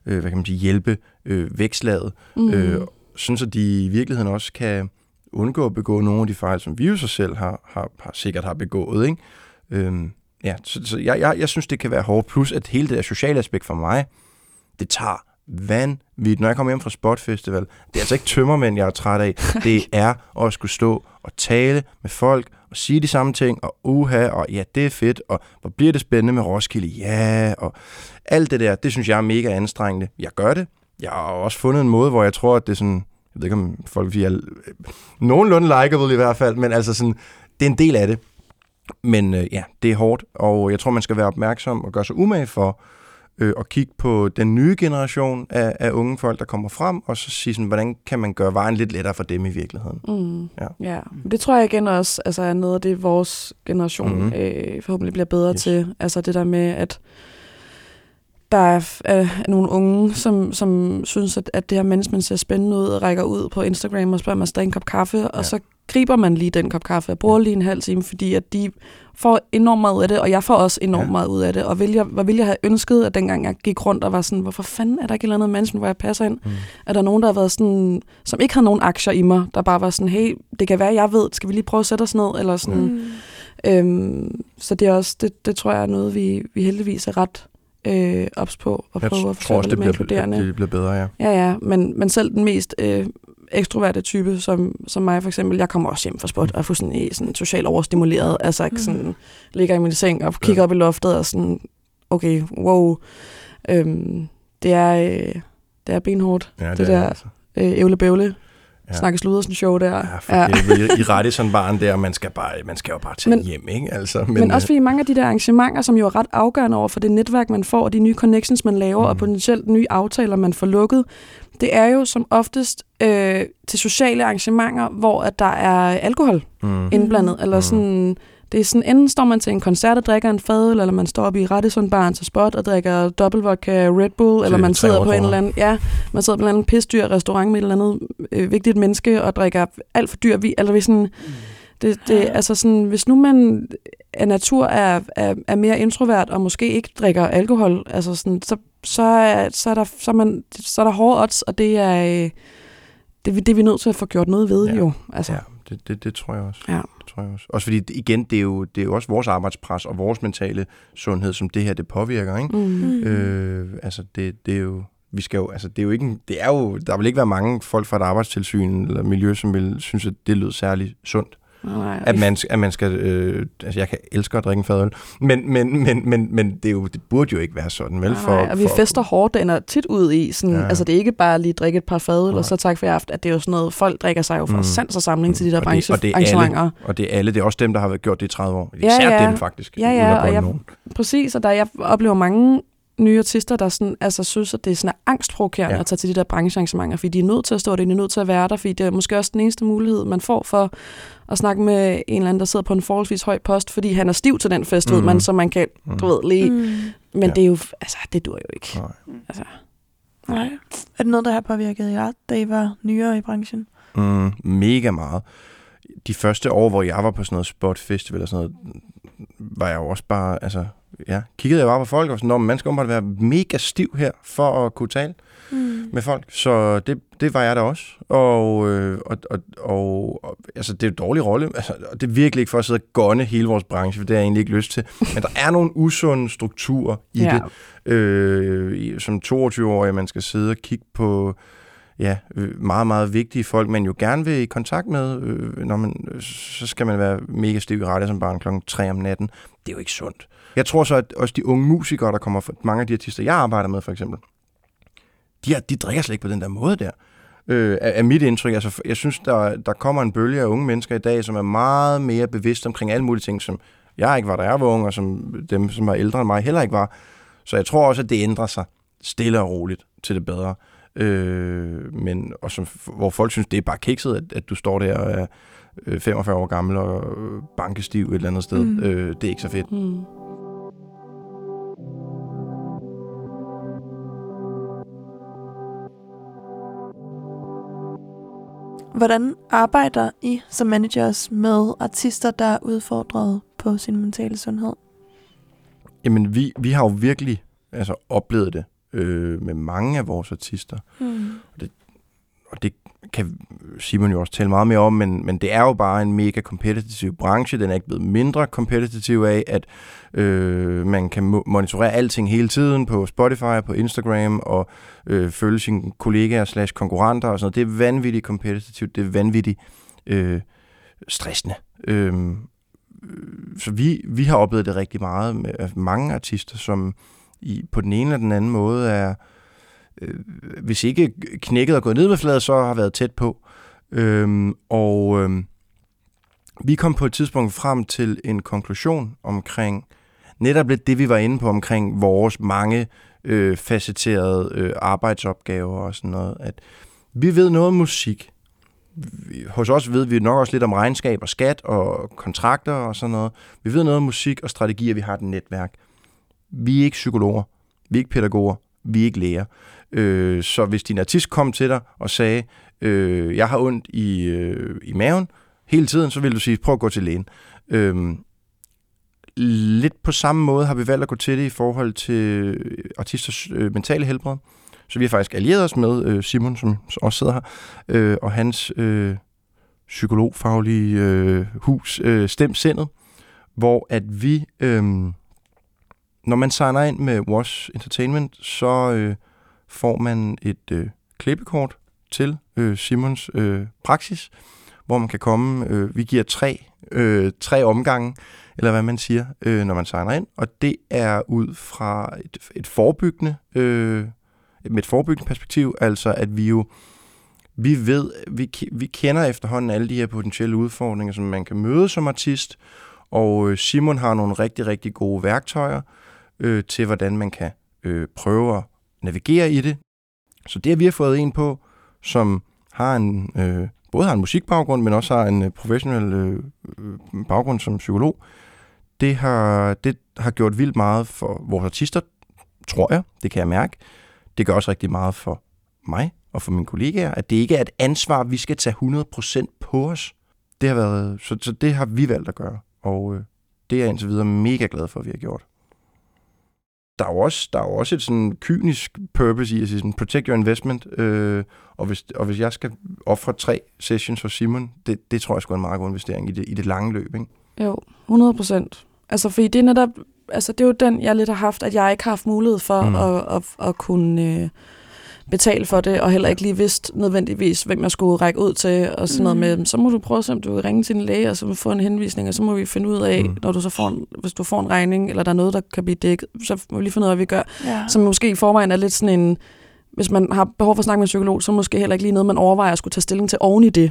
S3: øh, hvad kan man sige, hjælpe øh, vækslaget, mm. øh, sådan så de i virkeligheden også kan undgå at begå nogle af de fejl, som vi jo sig selv har, har, har sikkert har begået, ikke? Øhm, ja, så, så jeg, jeg, jeg synes, det kan være hårdt, plus at hele det der sociale aspekt for mig, det tager vanvittigt. Når jeg kommer hjem fra Spot Festival, det er altså ikke tømmermænd, jeg er træt af. Det er at skulle stå og tale med folk, og sige de samme ting, og uha, og ja, det er fedt, og hvor bliver det spændende med Roskilde, ja, og alt det der, det synes jeg er mega anstrengende. Jeg gør det. Jeg har også fundet en måde, hvor jeg tror, at det er sådan, jeg ved ikke, om folk vil sige, nogenlunde likeable i hvert fald, men altså sådan, det er en del af det. Men øh, ja, det er hårdt, og jeg tror, man skal være opmærksom og gøre sig umage for øh, at kigge på den nye generation af, af unge folk, der kommer frem, og så sige sådan, hvordan kan man gøre vejen lidt lettere for dem i virkeligheden.
S1: Mm.
S3: Ja.
S1: ja, det tror jeg igen også altså, er noget af det, vores generation mm. øh, forhåbentlig bliver bedre yes. til. Altså det der med, at der er, er nogle unge, som, som synes, at, at det her management ser spændende ud, og rækker ud på Instagram og spørger mig, at en kop kaffe, ja. Og så griber man lige den kop kaffe og bruger lige en halv time, fordi at de får enormt meget ud af det, og jeg får også enormt ja. meget ud af det. Og vil jeg, hvad ville jeg have ønsket, at dengang jeg gik rundt og var sådan, hvorfor fanden er der ikke et eller andet management, hvor jeg passer ind? Mm. Er der nogen, der har været sådan, som ikke havde nogen aktier i mig, der bare var sådan, hey, det kan være, jeg ved, skal vi lige prøve at sætte os ned? Eller sådan. Mm. Øhm, så det er også, det, det tror jeg er noget, vi, vi heldigvis er ret øh, ops på, og
S3: jeg
S1: prøve at forsøge lidt mere inkluderende.
S3: Det bliver bedre, ja.
S1: Ja, ja, men, men selv den mest øh, ekstroverte type, som, som mig for eksempel, jeg kommer også hjem fra Spot og er fuldstændig sådan socialt overstimuleret, altså ikke sådan, ligger i min seng og kigger ja. op i loftet og sådan, okay, wow, øhm, det er øh, det er benhårdt,
S3: ja, det,
S1: det
S3: er
S1: der
S3: altså.
S1: øh, ævle-bævle,
S3: ja.
S1: snakke sludersen show der.
S3: Ja, for ja. Det, i Radisson-baren der, man skal, bare, man skal jo bare tage men, hjem, ikke? Altså, men,
S1: men også fordi mange af de der arrangementer, som jo er ret afgørende over for det netværk, man får, og de nye connections, man laver, mm. og potentielt nye aftaler, man får lukket, det er jo som oftest øh, til sociale arrangementer, hvor at der er alkohol mm. indblandet, eller sådan, det er sådan, enten står man til en koncert og drikker en fadøl, eller man står oppe i Radisson-baren til Spot og drikker dobbelt vodka Red Bull, eller man sidder på en eller anden, ja, man sidder på en eller anden pisdyr restaurant med et eller andet øh, vigtigt menneske og drikker alt for dyr vin, eller vi sådan, det, det, altså sådan, hvis nu man af natur er, er, er mere introvert og måske ikke drikker alkohol, altså sådan, så så er, så er der så er man så er der hårde odds, og det er det, det er vi nødt til at få gjort noget ved, ja. jo. Altså.
S3: Ja, det, det, det tror jeg også.
S1: Ja.
S3: Det tror jeg også. Også fordi igen, det er jo det er jo også vores arbejdspres og vores mentale sundhed, som det her det påvirker, ikke? Mm. Øh, altså det det er jo vi skal jo altså det er jo ikke det er jo der vil ikke være mange folk fra et arbejdstilsyn eller miljø, som vil synes at det lyder særligt sundt. Nej, at man at man skal øh, altså jeg kan elske at drikke en fadøl, men men men men men det er jo det burde jo ikke være sådan, vel? For,
S1: nej, og vi for, fester hårdt, det ender tit ud i sådan, ja. altså det er ikke bare lige drikke et par fadøl og så tak for i aften, at det er jo sådan noget folk drikker sig jo for mm. sans og samling mm. til de der branchearrangementer.
S3: Og det er alle, det er også dem der har gjort det i tredive år.
S1: Ja,
S3: især
S1: ja.
S3: dem faktisk.
S1: Ja ja, og jeg, præcis, og der jeg oplever mange nye artister, der sådan, altså, synes, at det er sådan angstprovokerende ja. at tage til de der branchearrangementer, fordi de er nødt til at stå der, de er nødt til at være der, fordi det er måske også den eneste mulighed, man får for at snakke med en eller anden, der sidder på en forholdsvis høj post, fordi han er stiv til den fest, mm. man, så man kan, mm. du ved, lige. Mm. Men ja. det er jo, altså, det dur jo ikke.
S3: Nej.
S1: Altså.
S2: Nej. Er det noget, der har påvirket jer, da I var nyere i branchen?
S3: Mm, mega meget. De første år, hvor jeg var på sådan noget Spot Festival og sådan noget, var jeg jo også bare, altså, ja, kiggede jeg bare på folk og sådan, når man skal bare være mega stiv her for at kunne tale mm. med folk. Så det, det var jeg da også. Og, øh, og, og, og, og altså, det er en dårlig rolle. Altså, det er virkelig ikke for at sidde og gonne hele vores branche, for det har jeg egentlig ikke lyst til. Men der er nogle usunde strukturer i ja. det. Øh, som toogtyve-årig, man skal sidde og kigge på ja, meget, meget vigtige folk, man jo gerne vil i kontakt med. Øh, når man, så skal man være mega stiv i rette som barn klokken tre om natten. Det er jo ikke sundt. Jeg tror så, at også de unge musikere, der kommer fra mange af de artister, jeg arbejder med for eksempel, de, er, de drikker slet ikke på den der måde der. Øh, er, er mit indtryk. Altså, jeg synes, der, der kommer en bølge af unge mennesker i dag, som er meget mere bevidste omkring alle mulige ting, som jeg ikke var, da jeg var ung, og som dem, som var ældre end mig, heller ikke var. Så jeg tror også, at det ændrer sig stille og roligt til det bedre. Øh, men, og som, hvor folk synes, det er bare kikset, at, at du står der og er femogfyrre år gammel og bankestiv et eller andet sted. Mm. Øh, det er ikke så fedt. Mm.
S2: Hvordan arbejder I som managers med artister, der er udfordret på sin mentale sundhed?
S3: Jamen, vi, vi har jo virkelig altså, oplevet det øh, med mange af vores artister.
S2: Mm.
S3: Og, det, og det kan Simon jo også tale meget mere om, men, men det er jo bare en mega kompetitiv branche. Den er ikke blevet mindre kompetitiv af, at øh, man kan mo- monitorere alting hele tiden på Spotify, på Instagram, og øh, følge sine kollegaer slash konkurrenter og sådan noget. Det er vanvittigt kompetitivt, det er vanvittigt øh, stressende. Øh, så vi, vi har oplevet det rigtig meget med mange artister, som i, på den ene eller den anden måde er, øh, hvis ikke knækket og gået ned med fladet, så har været tæt på. Øh, og øh, vi kom på et tidspunkt frem til en konklusion omkring netop lidt det, vi var inde på omkring vores mange øh, facetterede øh, arbejdsopgaver og sådan noget, at vi ved noget om musik. Hos os ved vi nok også lidt om regnskab og skat og kontrakter og sådan noget. Vi ved noget om musik og strategier, vi har et netværk. Vi er ikke psykologer, vi er ikke pædagoger, vi er ikke læger. Øh, så hvis din artist kom til dig og sagde, øh, jeg har ondt i, øh, i maven hele tiden, så vil du sige, prøv at gå til lægen. Øh, lidt på samme måde har vi valgt at gå til det i forhold til artisters øh, mentale helbred. Så vi har faktisk allieret os med øh, Simon, som også sidder her, øh, og hans øh, psykologfaglige øh, hus, øh, Stem Sindet, hvor at vi, øh, når man signer ind med Wash Entertainment, så øh, får man et øh, klippekort til øh, Simons øh, praksis, hvor man kan komme, øh, vi giver tre, øh, tre omgange, eller hvad man siger, øh, når man signer ind, og det er ud fra et, et forebyggende øh, med et forebyggende perspektiv, altså at vi jo, vi ved, vi, vi kender efterhånden alle de her potentielle udfordringer, som man kan møde som artist, og Simon har nogle rigtig, rigtig gode værktøjer øh, til, hvordan man kan øh, prøve at navigere i det. Så det, vi har fået en på, som har en, øh, både har en musikbaggrund, men også har en øh, professionel øh, baggrund som psykolog, det har, det har gjort vildt meget for vores artister, tror jeg, det kan jeg mærke. Det gør også rigtig meget for mig og for mine kollegaer, at det ikke er et ansvar, vi skal tage hundrede procent på os. Det har været, så, så det har vi valgt at gøre, og øh, det er jeg indtil videre mega glad for, at vi har gjort. Der er jo også, der er jo også et sådan kynisk purpose i at sige sådan, protect your investment, øh, og, hvis, og hvis jeg skal ofre tre sessions hos Simon, det, det tror jeg sgu er en meget god investering i det, i det lange løb, ikke?
S1: Jo, hundrede procent. Altså, fordi det er netop, altså det er jo den, jeg lidt har haft, at jeg ikke har haft mulighed for mm. at, at, at kunne øh, betale for det, og heller ikke lige vidst nødvendigvis, hvem jeg skulle række ud til, og sådan mm. noget med, så må du prøve, om du vil ringe til en læge, og så må du få en henvisning, og så må vi finde ud af, mm. når du så får en, hvis du får en regning, eller der er noget, der kan blive dækket, så må vi lige finde ud af, hvad vi gør. Ja. Som måske i forvejen er lidt sådan en, hvis man har behov for at snakke med en psykolog, så måske heller ikke lige noget, man overvejer at skulle tage stilling til oven i det.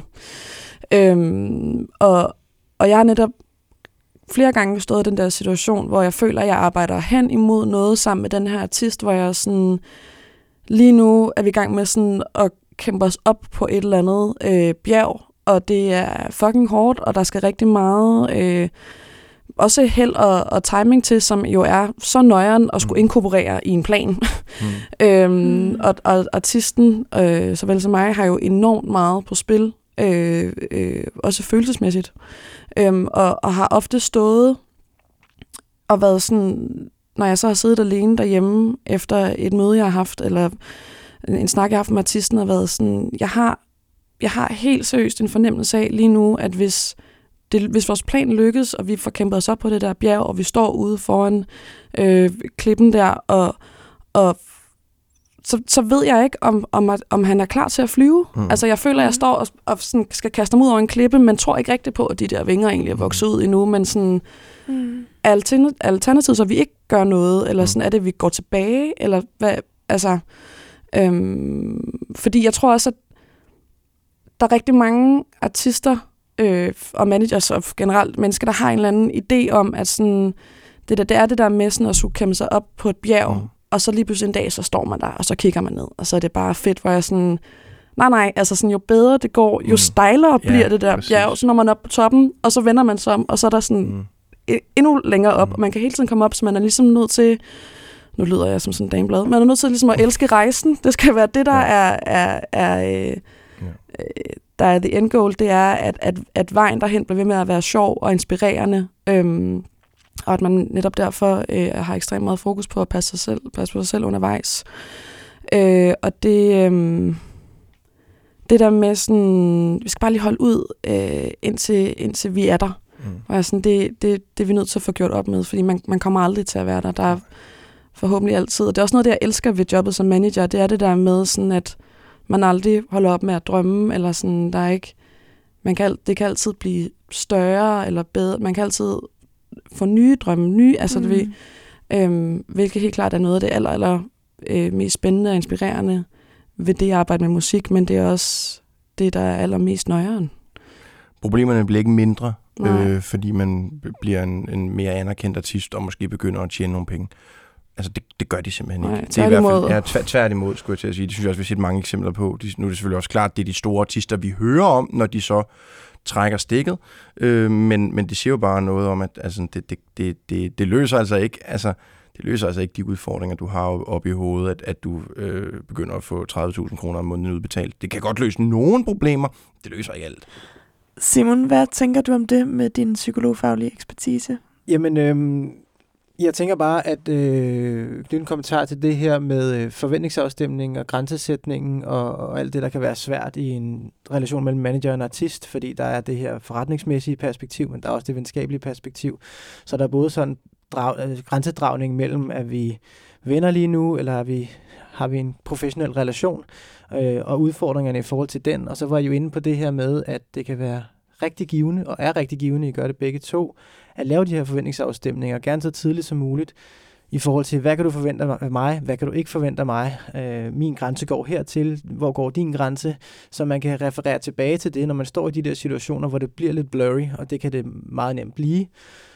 S1: Øhm, og, og jeg har netop flere gange stået i den der situation, hvor jeg føler, at jeg arbejder hen imod noget sammen med den her artist, hvor jeg sådan, lige nu er vi i gang med sådan at kæmpe os op på et eller andet øh, bjerg, og det er fucking hårdt, og der skal rigtig meget øh, også held og, og timing til, som jo er så nøjeren at skulle inkorporere i en plan. Mm. øhm, mm. Og, og artisten, øh, såvel som mig, har jo enormt meget på spil, øh, øh, også følelsesmæssigt. Øhm, og, og har ofte stået og været sådan, når jeg så har siddet alene derhjemme efter et møde, jeg har haft, eller en, en snak, jeg har haft med artisten, har været sådan, jeg har, jeg har helt seriøst en fornemmelse af lige nu, at hvis, det, hvis vores plan lykkes, og vi får kæmpet os op på det der bjerg, og vi står ude foran øh, klippen der, og, og Så, så ved jeg ikke, om, om, om han er klar til at flyve. Mm. Altså, jeg føler, at jeg står og, og sådan skal kaste ham ud over en klippe, men tror ikke rigtigt på, at de der vinger egentlig er vokset ud endnu. Men sådan, mm. alternativt, så vi ikke gør noget, eller sådan, er det, vi går tilbage, eller hvad, altså, øhm, fordi jeg tror også, at der er rigtig mange artister øh, og managers og generelt mennesker, der har en eller anden idé om, at sådan, det, der, det er det der med sådan at skulle kæmpe sig op på et bjerg, mm. og så lige pludselig en dag, så står man der, og så kigger man ned, og så er det bare fedt, hvor jeg sådan, nej, nej, altså sådan, jo bedre det går, jo mm. stejlere bliver ja, det der præcis. bjerg, så når man er op på toppen, og så vender man sig om, og så er der sådan mm. endnu længere op, mm. og man kan hele tiden komme op, så man er ligesom nødt til, nu lyder jeg som sådan en dameblad, man er nødt til ligesom at elske rejsen, det skal være det, der ja. er, er, er øh, ja. der er the end goal, det er, at, at, at vejen derhen bliver ved med at være sjov og inspirerende, øhm, Og at man netop derfor øh, har ekstremt meget fokus på at passe, sig selv, passe på sig selv undervejs. Øh, og det, øh, det der med sådan, vi skal bare lige holde ud, øh, indtil, indtil vi er der. Mm. Og sådan, det, det, det er vi nødt til at få gjort op med, fordi man, man kommer aldrig til at være der. Der er forhåbentlig altid. Og det er også noget, det jeg elsker ved jobbet som manager, det er det der med, sådan at man aldrig holder op med at drømme, eller sådan, der er ikke, man kan, det kan altid blive større eller bedre. Man kan altid få nye drømme, nye, altså mm. det vil, øhm, hvilket helt klart er noget af det aller, aller øh, mest spændende og inspirerende ved det at arbejde med musik, men det er også det, der er allermest nøjeren.
S3: Problemerne bliver ikke mindre, øh, fordi man bliver en, en mere anerkendt artist, og måske begynder at tjene nogle penge. Altså, det, det gør de simpelthen ikke.
S1: Nej,
S3: det er i hvert fald, ja, tvæ- tværtimod, skulle jeg til at sige. Det synes jeg også, vi har set mange eksempler på. De, nu er det selvfølgelig også klart, det er de store artister, vi hører om, når de så trækker stikket. Øh, men, men det siger jo bare noget om, at altså, det, det, det, det, det løser altså ikke, altså, det løser altså ikke de udfordringer, du har oppe i hovedet, at, at du øh, begynder at få tredive tusind kroner om måneden udbetalt. Det kan godt løse nogle problemer, det løser ikke alt.
S2: Simon, hvad tænker du om det med din psykologfaglige ekspertise?
S4: Jamen, øhm, jeg tænker bare, at øh, det er en kommentar til det her med øh, forventningsafstemning og grænsesætningen og, og alt det, der kan være svært i en relation mellem manager og en artist, fordi der er det her forretningsmæssige perspektiv, men der er også det venskabelige perspektiv. Så der er både sådan drag, øh, grænsedragning mellem, at vi venner lige nu, eller er vi, har vi en professionel relation, øh, og udfordringerne i forhold til den. Og så var jeg jo inde på det her med, at det kan være rigtig givende, og er rigtig givende, I gør det begge to, at lave de her forventningsafstemninger, gerne så tidligt som muligt, i forhold til, hvad kan du forvente af mig, hvad kan du ikke forvente af mig, øh, min grænse går hertil, hvor går din grænse, så man kan referere tilbage til det, når man står i de der situationer, hvor det bliver lidt blurry, og det kan det meget nemt blive.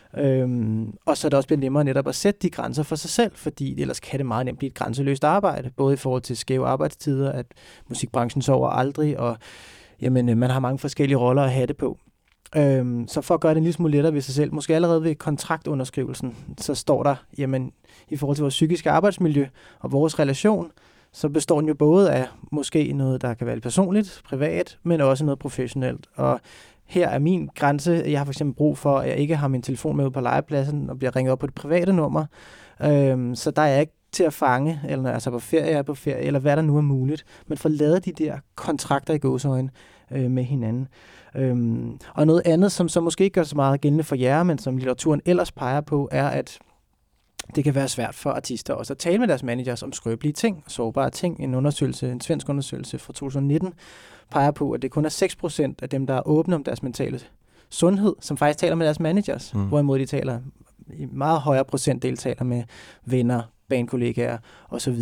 S4: Øhm, og så er det også bliver nemmere netop at sætte de grænser for sig selv, fordi ellers kan det meget nemt blive et grænseløst arbejde, både i forhold til skæve arbejdstider, at musikbranchen sover aldrig, og jamen, man har mange forskellige roller at have det på. Øhm, så for at gøre det en lille smule lettere ved sig selv, måske allerede ved kontraktunderskrivelsen, så står der, jamen, i forhold til vores psykiske arbejdsmiljø og vores relation, så består den jo både af måske noget, der kan være personligt, privat, men også noget professionelt. Og her er min grænse, jeg har for eksempel brug for, at jeg ikke har min telefon med ud på legepladsen og bliver ringet op på det private nummer. Øhm, så der er jeg ikke til at fange, eller når jeg er på ferie, er på ferie, eller hvad der nu er muligt. Men få lavet de der kontrakter i gåseøjne øh, med hinanden. Øhm, og noget andet, som så måske ikke gør så meget gældende for jer, men som litteraturen ellers peger på, er, at det kan være svært for artister også at tale med deres managers om skrøbelige ting, sårbare ting. En undersøgelse, en svensk undersøgelse fra to tusind nitten peger på, at det kun er seks procent af dem, der er åbne om deres mentale sundhed, som faktisk taler med deres managers, mm. hvorimod de taler i meget højere procentdel taler med venner, bandkollegaer osv.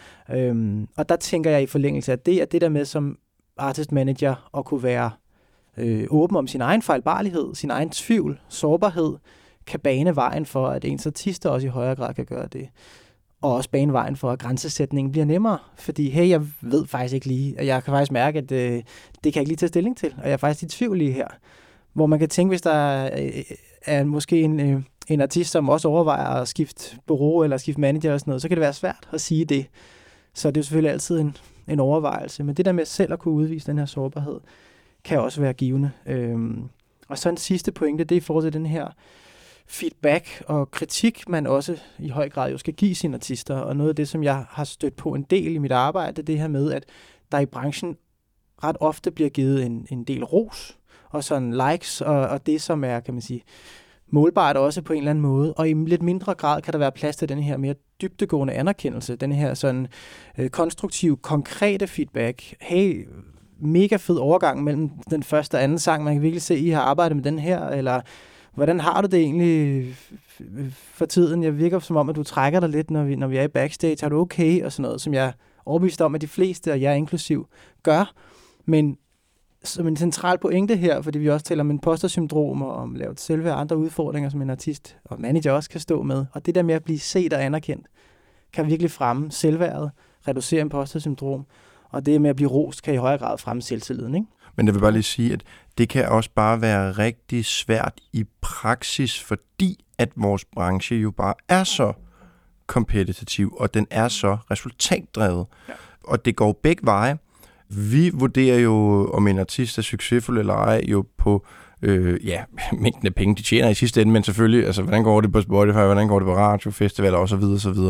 S4: Øhm, og der tænker jeg i forlængelse af det, at det der med som artist manager at kunne være øh, åben om sin egen fejlbarlighed, sin egen tvivl, sårbarhed, kan bane vejen for, at ens artister også i højere grad kan gøre det. Og også bane vejen for, at grænsesætningen bliver nemmere. Fordi, hey, jeg ved faktisk ikke lige, og jeg kan faktisk mærke, at øh, det kan jeg ikke lige tage stilling til, og jeg er faktisk i tvivl lige her. Hvor man kan tænke, hvis der er, øh, er måske en, øh, en artist, som også overvejer at skifte bureau eller skifte manager og sådan noget, så kan det være svært at sige det. Så det er jo selvfølgelig altid en, en overvejelse. Men det der med selv at kunne udvise den her sårbarhed, kan også være givende. Øhm, og så en sidste pointe, det er i forhold til den her feedback og kritik, man også i høj grad jo skal give sine artister. Og noget af det, som jeg har stødt på en del i mit arbejde, det her med, at der i branchen ret ofte bliver givet en, en del ros, og sådan likes, og, og det, som er, kan man sige, målbart også på en eller anden måde. Og i lidt mindre grad kan der være plads til den her mere dybdegående anerkendelse, den her sådan øh, konstruktive, konkrete feedback. Hey, mega fed overgang mellem den første og anden sang, man kan virkelig se, I har arbejdet med den her, eller hvordan har du det egentlig for tiden? Jeg virker som om, at du trækker dig lidt, når vi, når vi er i backstage. Har du okay? Og sådan noget, som jeg er overbevist om, at de fleste, og jeg inklusiv, gør. Men som en central pointe her, fordi vi også taler om imposter-syndrom og om lavet selve andre udfordringer, som en artist og manager også kan stå med. Og det der med at blive set og anerkendt, kan virkelig fremme selvværdet, reducere imposter-syndrom, og det med at blive rost, kan i højere grad fremme selvtilliden, ikke?
S3: Men jeg vil bare lige sige, at det kan også bare være rigtig svært i praksis, fordi at vores branche jo bare er så kompetitiv, og den er så resultatdrevet. Ja. Og det går begge veje. Vi vurderer jo, om en artist er succesfuld eller ej, jo på øh, ja, mængden af penge, de tjener i sidste ende, men selvfølgelig, altså, hvordan går det på Spotify, hvordan går det på radiofestivaler osv. osv.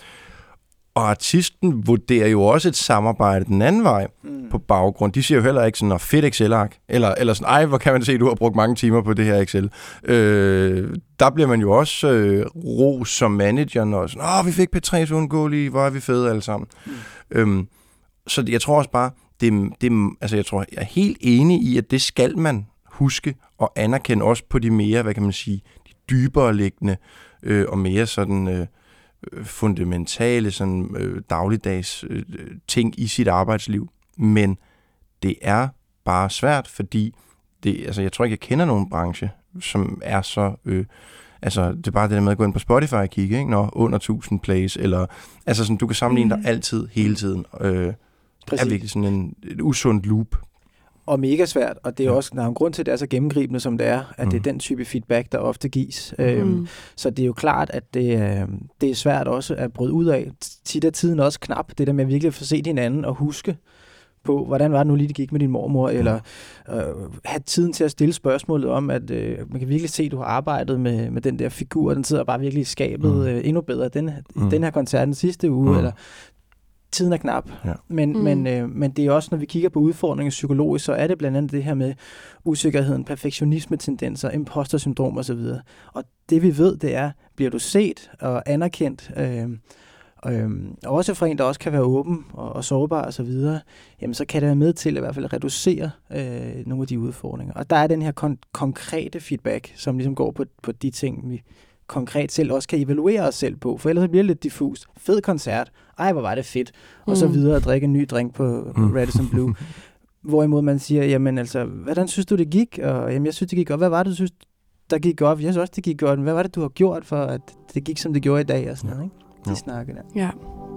S3: Og artisten vurderer jo også et samarbejde den anden vej mm. på baggrund. De siger jo heller ikke sådan, at fedt Excel-ark, eller, eller sådan, ej, hvor kan man se, at du har brugt mange timer på det her Excel. Øh, der bliver man jo også øh, ros som manageren, og sådan, åh, vi fik P tre uundgåelige, hvor er vi fede alle sammen. Mm. Øhm, så jeg tror også bare, det, det, altså jeg tror, jeg er helt enig i, at det skal man huske og anerkende også på de mere, hvad kan man sige, de dybere liggende øh, og mere sådan øh, fundamentale sådan øh, dagligdags øh, ting i sit arbejdsliv. Men det er bare svært, fordi det, altså jeg tror ikke, jeg kender nogen branche, som er så... Øh, altså, det er bare det der med at gå ind på Spotify og kigge, ikke? Når under tusind plays, eller... Altså, sådan, du kan sammenligne dig altid, hele tiden. Øh, det er virkelig sådan en, en usund loop.
S4: Og mega svært, og det er
S3: ja.
S4: også, der er en grund til, at det er så gennemgribende, som det er, at mm. det er den type feedback, der ofte gives. Mm. Øhm, så det er jo klart, at det, øh, det er svært også at bryde ud af. Tit er tiden også knap, det der med at virkelig få set hinanden og huske på, hvordan var det nu lige, det gik med din mormor, mm. eller øh, have tiden til at stille spørgsmålet om, at øh, man kan virkelig se, at du har arbejdet med, med den der figur, den sidder bare virkelig i skabet mm. øh, endnu bedre den, mm. den her koncert den sidste uge, mm. eller tiden er knap, ja. men, mm. men, øh, men det er også, når vi kigger på udfordringer psykologisk, så er det blandt andet det her med usikkerheden, perfektionisme-tendenser, imposter-syndrom osv. Og det vi ved, det er, bliver du set og anerkendt, øh, øh, og også fra en, der også kan være åben og, og sårbar og så videre, jamen så kan det være med til at i hvert fald reducere øh, nogle af de udfordringer. Og der er den her kon- konkrete feedback, som ligesom går på, på de ting, vi konkret selv også kan evaluere os selv på, for ellers bliver det lidt diffust. Fed koncert, ej hvor var det fedt, og mm. så videre at drikke en ny drink på mm. Radisson Blu. Hvorimod man siger, jamen altså, hvordan synes du det gik? Og jamen jeg synes det gik godt. Hvad var det du synes der gik godt? Jeg synes også det gik godt. Hvad var det du har gjort for at det gik som det gjorde i dag og sådan noget, ikke? De ja. snakker der.
S1: Ja.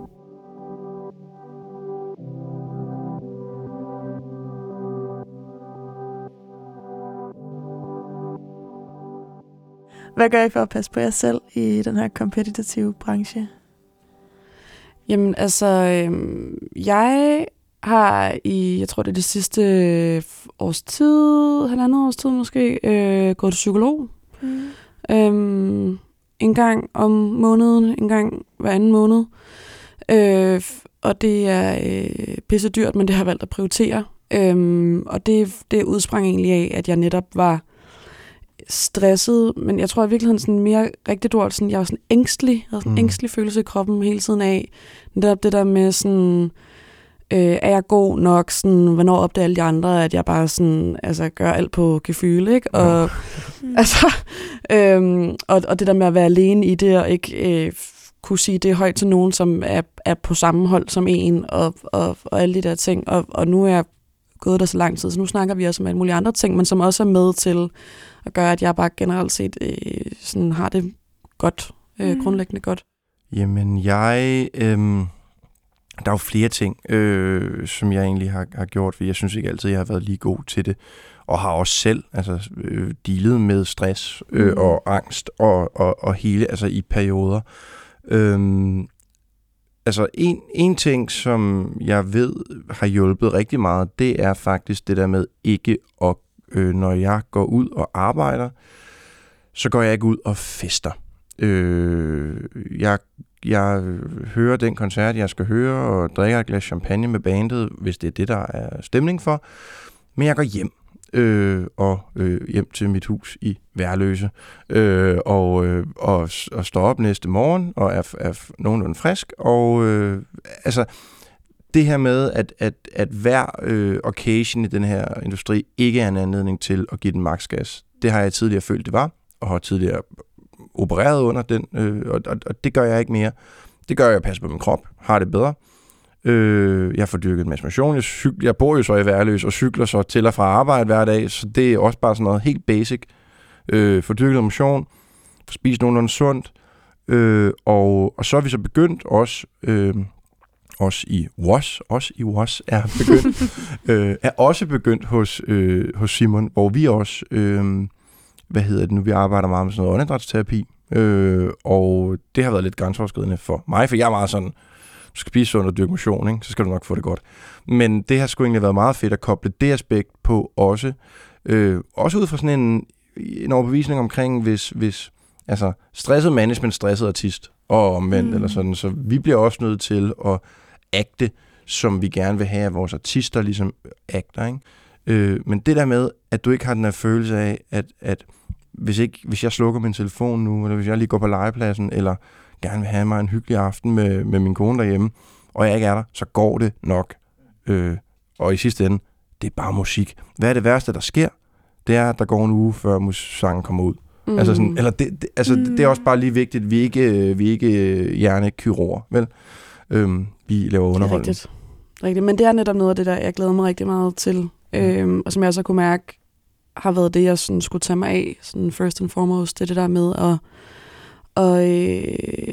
S2: Hvad gør I for at passe på jer selv i den her kompetitive branche?
S1: Jamen altså, øh, jeg har i, jeg tror det er det sidste års tid, halvandet års tid måske, øh, gået til psykolog. Mm. Øhm, en gang om måneden, en gang hver anden måned. Øh, og det er øh, pisse dyrt, men det har jeg valgt at prioritere. Øh, og det, det udsprang egentlig af, at jeg netop var stresset, men jeg tror i virkeligheden sådan mere rigtigt ord, sådan, jeg var sådan ængstelig, jeg havde sådan en mm. ængstelig følelse i kroppen hele tiden af, netop det der med sådan, øh, er jeg god nok, sådan, hvornår opdager alle de andre, at jeg bare sådan, altså gør alt på gefyle, ikke? Og, mm. altså, øhm, og, og det der med at være alene i det, og ikke øh, kunne sige det højt til nogen, som er, er på samme hold som en, og, og, og alle de der ting, og, og nu er jeg gået der så lang tid, så nu snakker vi også om alle mulige andre ting, men som også er med til at gøre, at jeg bare generelt set øh, sådan har det godt, øh, mm. grundlæggende godt.
S3: Jamen, jeg... Øh, der er jo flere ting, øh, som jeg egentlig har, har gjort, for jeg synes ikke altid, jeg har været lige god til det, og har også selv altså, øh, dealet med stress øh, mm. og angst og, og, og hele, altså i perioder. Øh, altså, en, en ting, som jeg ved har hjulpet rigtig meget, det er faktisk det der med ikke at Øh, når jeg går ud og arbejder, så går jeg ikke ud og fester. Øh, jeg, jeg hører den koncert, jeg skal høre, og drikker et glas champagne med bandet, hvis det er det, der er stemning for. Men jeg går hjem, øh, og øh, hjem til mit hus i Værløse, øh, og, øh, og, og står op næste morgen, og er, er nogenlunde frisk, og øh, altså... Det her med, at, at, at hver øh, occasion i den her industri ikke er en anledning til at give den maksgas, det har jeg tidligere følt, det var, og har tidligere opereret under den, øh, og, og, og det gør jeg ikke mere. Det gør jeg at passe på min krop, har det bedre. Øh, jeg får dyrket en masse motion, jeg, cyk- jeg bor jo så i Værløs og cykler så til og fra arbejde hver dag, så det er også bare sådan noget helt basic. Øh, får dyrket motion, får spist nogenlunde sundt, øh, og, og så er vi så begyndt også... Øh, Også i W O S, også i W O S er begyndt, øh, er også begyndt hos, øh, hos Simon, hvor vi også, øh, hvad hedder det nu, vi arbejder meget med sådan noget åndedrætsterapi, øh, og det har været lidt grænseoverskridende for mig, for jeg er meget sådan, du skal spise sundt og dyrke motion, ikke? Så skal du nok få det godt. Men det har sgu egentlig været meget fedt at koble det aspekt på også, Øh, også ud fra sådan en, en overbevisning omkring, hvis, hvis altså, stresset management, stresset artist, og omvendt, mm. eller sådan. Så vi bliver også nødt til at agte, som vi gerne vil have, at vores artister ligesom agter, ikke? Øh, men det der med, at du ikke har den her følelse af, at, at hvis, ikke, hvis jeg slukker min telefon nu, eller hvis jeg lige går på legepladsen, eller gerne vil have mig en hyggelig aften med, med min kone derhjemme, og jeg ikke er der, så går det nok. Øh, og i sidste ende, det er bare musik. Hvad er det værste, der sker? Det er, at der går en uge, før sangen kommer ud. Mm. Altså sådan, eller det, det, altså mm. det er også bare lige vigtigt, vi er ikke, vi er ikke hjernekirurger, vel? Øhm, vi laver underholdning.
S1: Det er rigtigt. rigtigt. Men det er netop noget af det der, jeg glæder mig rigtig meget til. Mm. Øhm, og som jeg så kunne mærke, har været det, jeg sådan skulle tage mig af, sådan first and foremost. Det er det der med at, og, øh,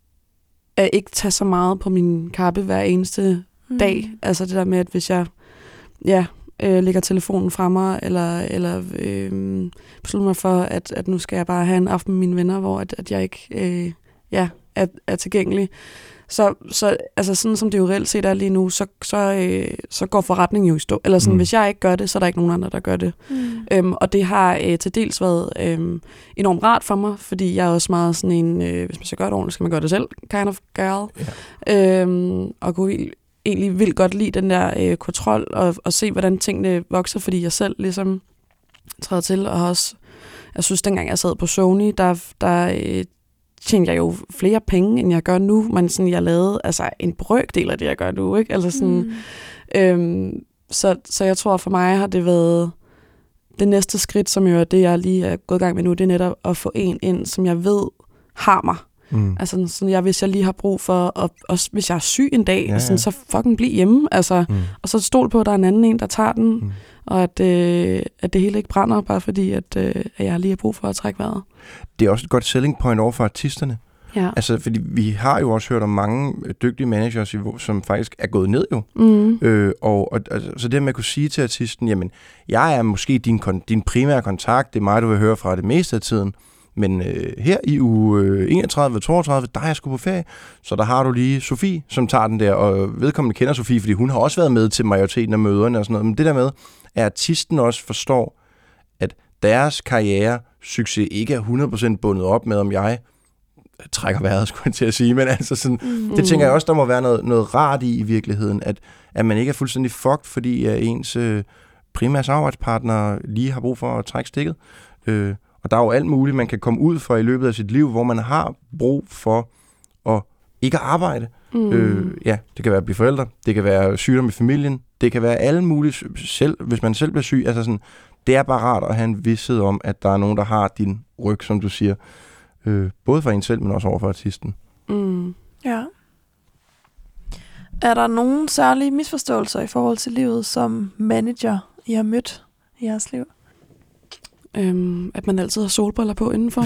S1: at ikke tage så meget på min kappe hver eneste mm. dag. Altså det der med, at hvis jeg ja, øh, lægger telefonen fra mig, eller, eller øh, beslutter mig for, at, at nu skal jeg bare have en aften med mine venner, hvor at, at jeg ikke øh, ja, er, er tilgængelig. Så, så altså sådan som det jo reelt set er lige nu, så, så, øh, så går forretningen jo i stå. Eller sådan, mm. hvis jeg ikke gør det, så er der ikke nogen andre, der gør det. Mm. Øhm, og det har øh, til dels været øh, enormt rart for mig, fordi jeg er også meget sådan en, øh, hvis man skal gøre det ordentligt, skal man gøre det selv, kind of girl. Yeah. Øhm, og kunne egentlig vil godt lide den der øh, kontrol, og, og se, hvordan tingene vokser, fordi jeg selv ligesom træder til, og også, jeg synes, dengang jeg sad på Sony, der, der øh, tjente jeg jo flere penge, end jeg gør nu, men sådan, jeg lavede altså en brøkdel af det, jeg gør nu, ikke? Altså sådan, mm. øhm, så, så jeg tror, for mig har det været det næste skridt, som jo er det, jeg lige er gået i gang med nu, det er netop at få en ind, som jeg ved har mig. Mm. Altså sådan, jeg, hvis jeg lige har brug for, og også hvis jeg er syg en dag, ja, ja. Sådan, så fucking bliv hjemme, altså, mm. og så stol på, at der er en anden en, der tager den, mm. og at, øh, at det hele ikke brænder, bare fordi, at, øh, at jeg lige har brug for at trække vejret. Det
S3: er også et godt selling point over for artisterne. Ja. Altså, fordi vi har jo også hørt om mange dygtige managers, som faktisk er gået ned jo. Mm. Øh, og, og altså, så det med at kunne sige til artisten, jamen, jeg er måske din, din primære kontakt, det er mig, du vil høre fra det meste af tiden, men øh, her i uge enogtredive toogtredive, der er jeg sgu på ferie, så der har du lige Sofie, som tager den der, og vedkommende kender Sofie, fordi hun har også været med til majoriteten af møderne og sådan noget. Men det der med, at artisten også forstår, at deres karriere succes ikke er hundrede procent bundet op med, om jeg trækker vejret, skulle jeg til at sige, men altså sådan, mm. det tænker jeg også, der må være noget, noget rart i i virkeligheden, at, at man ikke er fuldstændig fucked, fordi at ens øh, primære samarbejdspartner lige har brug for at trække stikket. Øh, og der er jo alt muligt, man kan komme ud fra i løbet af sit liv, hvor man har brug for at ikke at arbejde. Mm. Øh, ja, det kan være at blive forældre, det kan være sygdom i familien, det kan være alle mulige, selv, hvis man selv bliver syg, altså sådan, det er bare rart at have en vished om, at der er nogen, der har din ryg, som du siger. Øh, både for en selv, men også over for artisten.
S2: Mm. Ja. Er der nogen særlige misforståelser i forhold til livet som manager, I har mødt i jeres liv?
S1: Øhm, at man altid har solbriller på indenfor.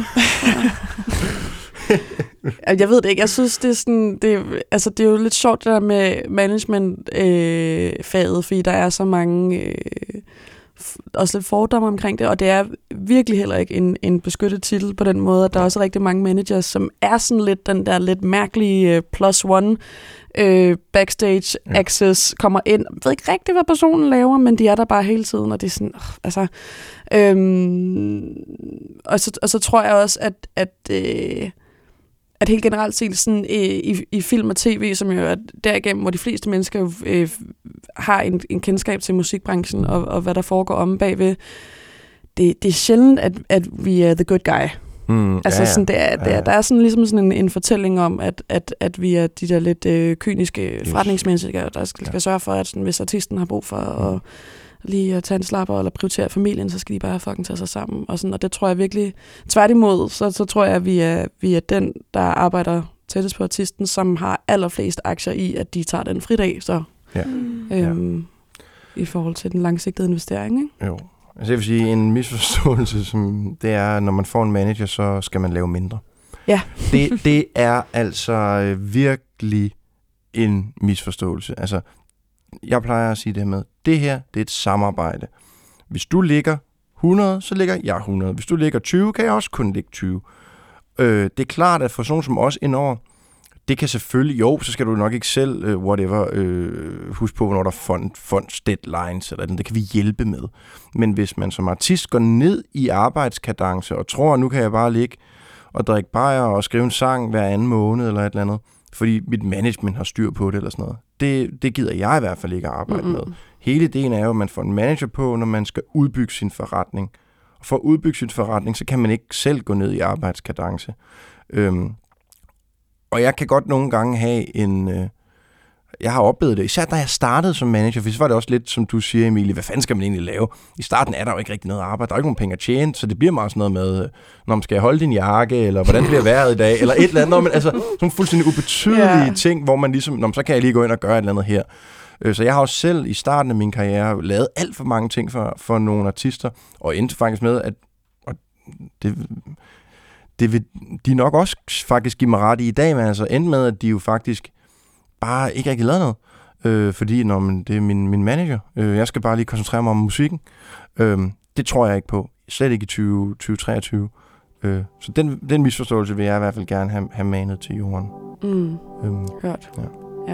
S1: Jeg ved det ikke. Jeg synes, det er sådan, det, altså, det er jo lidt sjovt det der med management-faget, øh, fordi der er så mange øh, også lidt fordomme omkring det, og det er virkelig heller ikke en, en beskyttet titel på den måde, at der er også rigtig mange managers, som er sådan lidt den der lidt mærkelige uh, plus one uh, backstage ja. access, kommer ind. Jeg ved ikke rigtig, hvad personen laver, men de er der bare hele tiden, og det er sådan, øh, altså... Øhm, og, så, og så tror jeg også, at, at, øh, at helt generelt set sådan, øh, i, i film og tv, som jo er derigennem, hvor de fleste mennesker jo, øh, har en, en kendskab til musikbranchen og, og hvad der foregår om bagved, det, det er sjældent, at, at vi er the good guy. Mm, altså, ja, ja. Sådan, det er, det er, der er sådan ligesom sådan en, en fortælling om, at, at, at vi er de der lidt øh, kyniske yes. forretningsmennesker, der skal, skal ja. sørge for, at sådan, hvis artisten har brug for at lige at tage en slapper eller prioritere familien, så skal de bare fucking tage sig sammen. Og, sådan, og det tror jeg virkelig, tværtimod, så, så tror jeg, at vi er, vi er den, der arbejder tættest på artisten, som har allerflest aktier i, at de tager den fridag, så ja. øhm, ja. i forhold til den langsigtede investering. Ikke?
S3: Jo. Altså jeg vil sige, en misforståelse, som det er, når man får en manager, så skal man lave mindre.
S1: Ja.
S3: det, det er altså virkelig en misforståelse. Altså, jeg plejer at sige det her med, det her, det er et samarbejde. Hvis du ligger hundrede, så ligger jeg hundrede. Hvis du ligger tyve, kan jeg også kun ligge tyve. Øh, det er klart, at for sådan som os indover, det det kan selvfølgelig, jo, så skal du nok ikke selv, uh, whatever, uh, huske på, hvornår der er fond, fonds deadlines, eller det kan vi hjælpe med. Men hvis man som artist går ned i arbejdskadence, og tror, nu kan jeg bare ligge og drikke bajer og skrive en sang hver anden måned, eller et eller andet, fordi mit management har styr på det, eller sådan noget. Det, det gider jeg i hvert fald ikke at arbejde mm-hmm. med. Hele ideen er jo, at man får en manager på, når man skal udbygge sin forretning. Og for at udbygge sin forretning, så kan man ikke selv gå ned i arbejdskadence. Øhm, og jeg kan godt nogle gange have en... Øh, jeg har oplevet det, især da jeg startede som manager, for så var det også lidt, som du siger, Emilie, hvad fanden skal man egentlig lave? I starten er der jo ikke rigtig noget arbejde, der er ikke nogen penge at tjene, så det bliver meget sådan noget med, når man skal holde din jakke, eller hvordan bliver vejret i dag, eller et eller andet, men altså sådan fuldstændig ubetydelige yeah. ting, hvor man ligesom, nå, så kan jeg lige gå ind og gøre et eller andet her. Så jeg har også selv i starten af min karriere lavet alt for mange ting for, for nogle artister, og endte faktisk med, at og det, det vil de nok også faktisk give mig ret i i dag, men altså endte med, at de jo faktisk bare ikke rigtig lavet noget, øh, fordi når man, det er min, min manager. Øh, jeg skal bare lige koncentrere mig om musikken. Øh, det tror jeg ikke på. Slet ikke i tyve treogtyve. Øh, så den, den misforståelse vil jeg i hvert fald gerne have, have manet til jorden.
S1: Mm.
S3: Øhm,
S1: Hørt.
S3: Ja.
S1: Ja.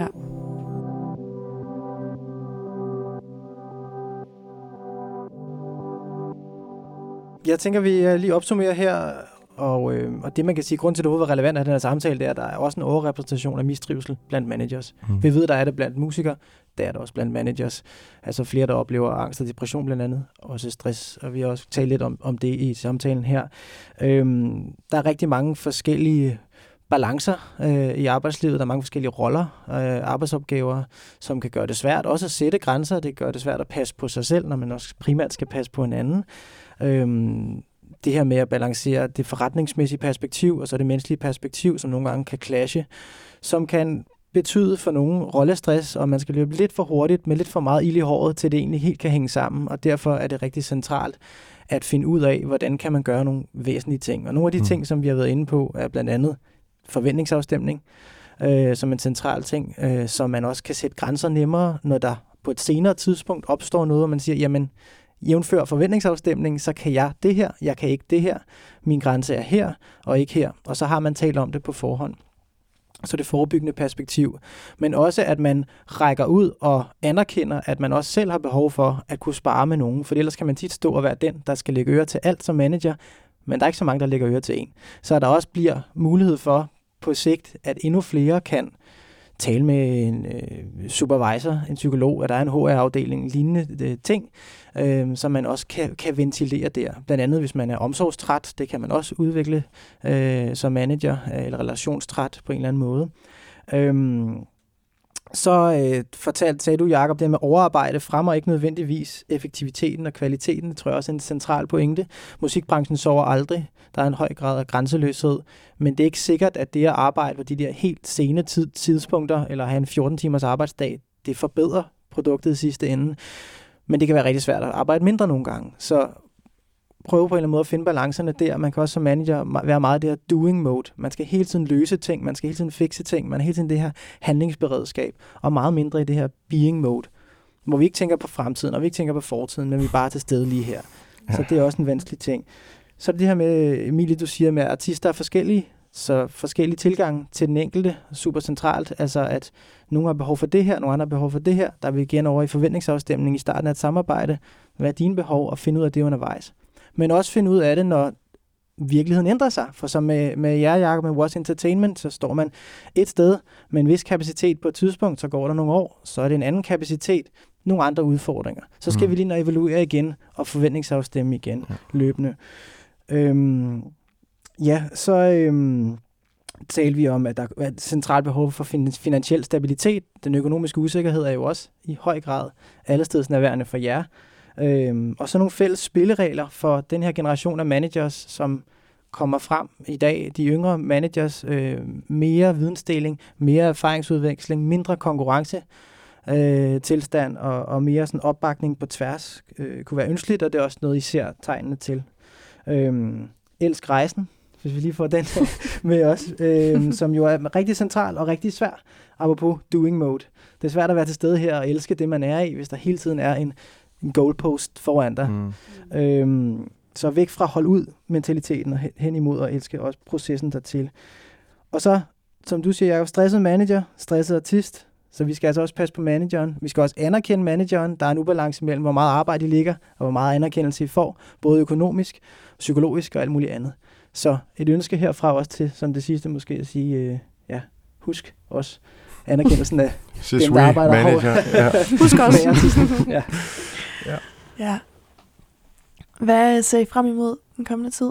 S4: Jeg tænker, vi lige opsummerer her, og, øh, og det man kan sige, grund til, at det overhovedet var relevant af den her samtale, det er, at der er også en overrepræsentation af mistrivsel blandt managers. Mm. Vi ved, der er det blandt musikere, der er det også blandt managers. Altså flere, der oplever angst og depression blandt andet, også stress, og vi har også talt lidt om, om det i samtalen her. Øhm, der er rigtig mange forskellige balancer øh, i arbejdslivet, der er mange forskellige roller, øh, arbejdsopgaver, som kan gøre det svært også at sætte grænser. Det gør det svært at passe på sig selv, når man også primært skal passe på en anden. Øhm, det her med at balancere det forretningsmæssige perspektiv, og så det menneskelige perspektiv, som nogle gange kan clashe, som kan betyde for nogen rollestress, og man skal løbe lidt for hurtigt, med lidt for meget ild i håret, til det egentlig helt kan hænge sammen, og derfor er det rigtig centralt at finde ud af, hvordan kan man gøre nogle væsentlige ting. Og nogle af de mm. ting, som vi har været inde på, er blandt andet forventningsafstemning, øh, som en central ting, øh, så man også kan sætte grænser nemmere, når der på et senere tidspunkt opstår noget, og man siger, jamen, jævnfør forventningsafstemning, så kan jeg det her, jeg kan ikke det her, min grænse er her, og ikke her, og så har man talt om det på forhånd. Så det forebyggende perspektiv, men også at man rækker ud og anerkender, at man også selv har behov for at kunne spare med nogen, for ellers kan man tit stå og være den, der skal lægge øre til alt som manager, men der er ikke så mange, der lægger øre til en. Så der også bliver mulighed for på sigt, at endnu flere kan tale med en øh, supervisor, en psykolog, at der er en H R-afdeling, lignende øh, ting, øh, som man også kan, kan ventilere der. Blandt andet, hvis man er omsorgstræt, det kan man også udvikle øh, som manager, øh, eller relationstræt på en eller anden måde. Øh, så øh, fortalte, sagde du, Jacob, det med overarbejde fremmer ikke nødvendigvis effektiviteten og kvaliteten. Det tror jeg også er en central pointe. Musikbranchen sover aldrig. Der er en høj grad af grænseløshed, men det er ikke sikkert, at det at arbejde på de der helt sene tid, tidspunkter, eller have en fjorten timers arbejdsdag, det forbedrer produktet i sidste ende. Men det kan være rigtig svært at arbejde mindre nogle gange. Så prøve på en eller anden måde at finde balancerne der. Man kan også som manager være meget det her doing mode. Man skal hele tiden løse ting, man skal hele tiden fikse ting, man har hele tiden det her handlingsberedskab, og meget mindre i det her being mode, hvor vi ikke tænker på fremtiden, og vi ikke tænker på fortiden, men vi er bare til stede lige her. Ja. Så det er også en vanskelig ting. Så er det det her med, Emilie, du siger med, at artister er forskellige, så forskellige tilgang til den enkelte, super centralt, altså at nogle har behov for det her, nogle andre har behov for det her, der vil igen over i forventningsafstemning i starten af et samarbejde, hvad er dine behov, og finde ud af det undervejs. Men også finde ud af det, når virkeligheden ændrer sig, for som med, med jer, Jacob, med What's Entertainment, så står man et sted med en vis kapacitet på et tidspunkt, så går der nogle år, så er det en anden kapacitet, nogle andre udfordringer. Så skal mm. vi lige når evaluere igen, og forventningsafstemme igen, ja. løbende. Øhm, ja, så øhm, talte vi om, at der er et centralt behov for finansiel stabilitet. Den økonomiske usikkerhed er jo også i høj grad allestedsnærværende for jer. Øhm, og så nogle fælles spilleregler for den her generation af managers, som kommer frem i dag. De yngre managers, øh, mere vidensdeling, mere erfaringsudveksling, mindre konkurrence, øh, tilstand og, og mere sådan opbakning på tværs øh, kunne være ønskeligt, og det er også noget, I ser tegnene til. Øhm, elsk rejsen, hvis vi lige får den med os, øhm, som jo er rigtig central og rigtig svær, apropos doing mode. Det er svært at være til stede her og elske det, man er i, hvis der hele tiden er en, en goalpost foran dig. Mm. Øhm, så væk fra hold ud mentaliteten og hen imod at elske også processen dertil. Og så som du siger, jeg er jo stresset manager, stresset artist, så vi skal altså også passe på manageren. Vi skal også anerkende manageren. Der er en ubalance mellem, hvor meget arbejde de ligger, og hvor meget anerkendelse I får, både økonomisk, psykologisk og alt muligt andet. Så et ønske herfra også til, som det sidste måske, at sige, øh, ja, husk også anerkendelsen af dem, der arbejder
S3: manager. Ja.
S2: Husk også.
S4: ja.
S2: Ja. Ja. Hvad ser I frem imod den kommende tid?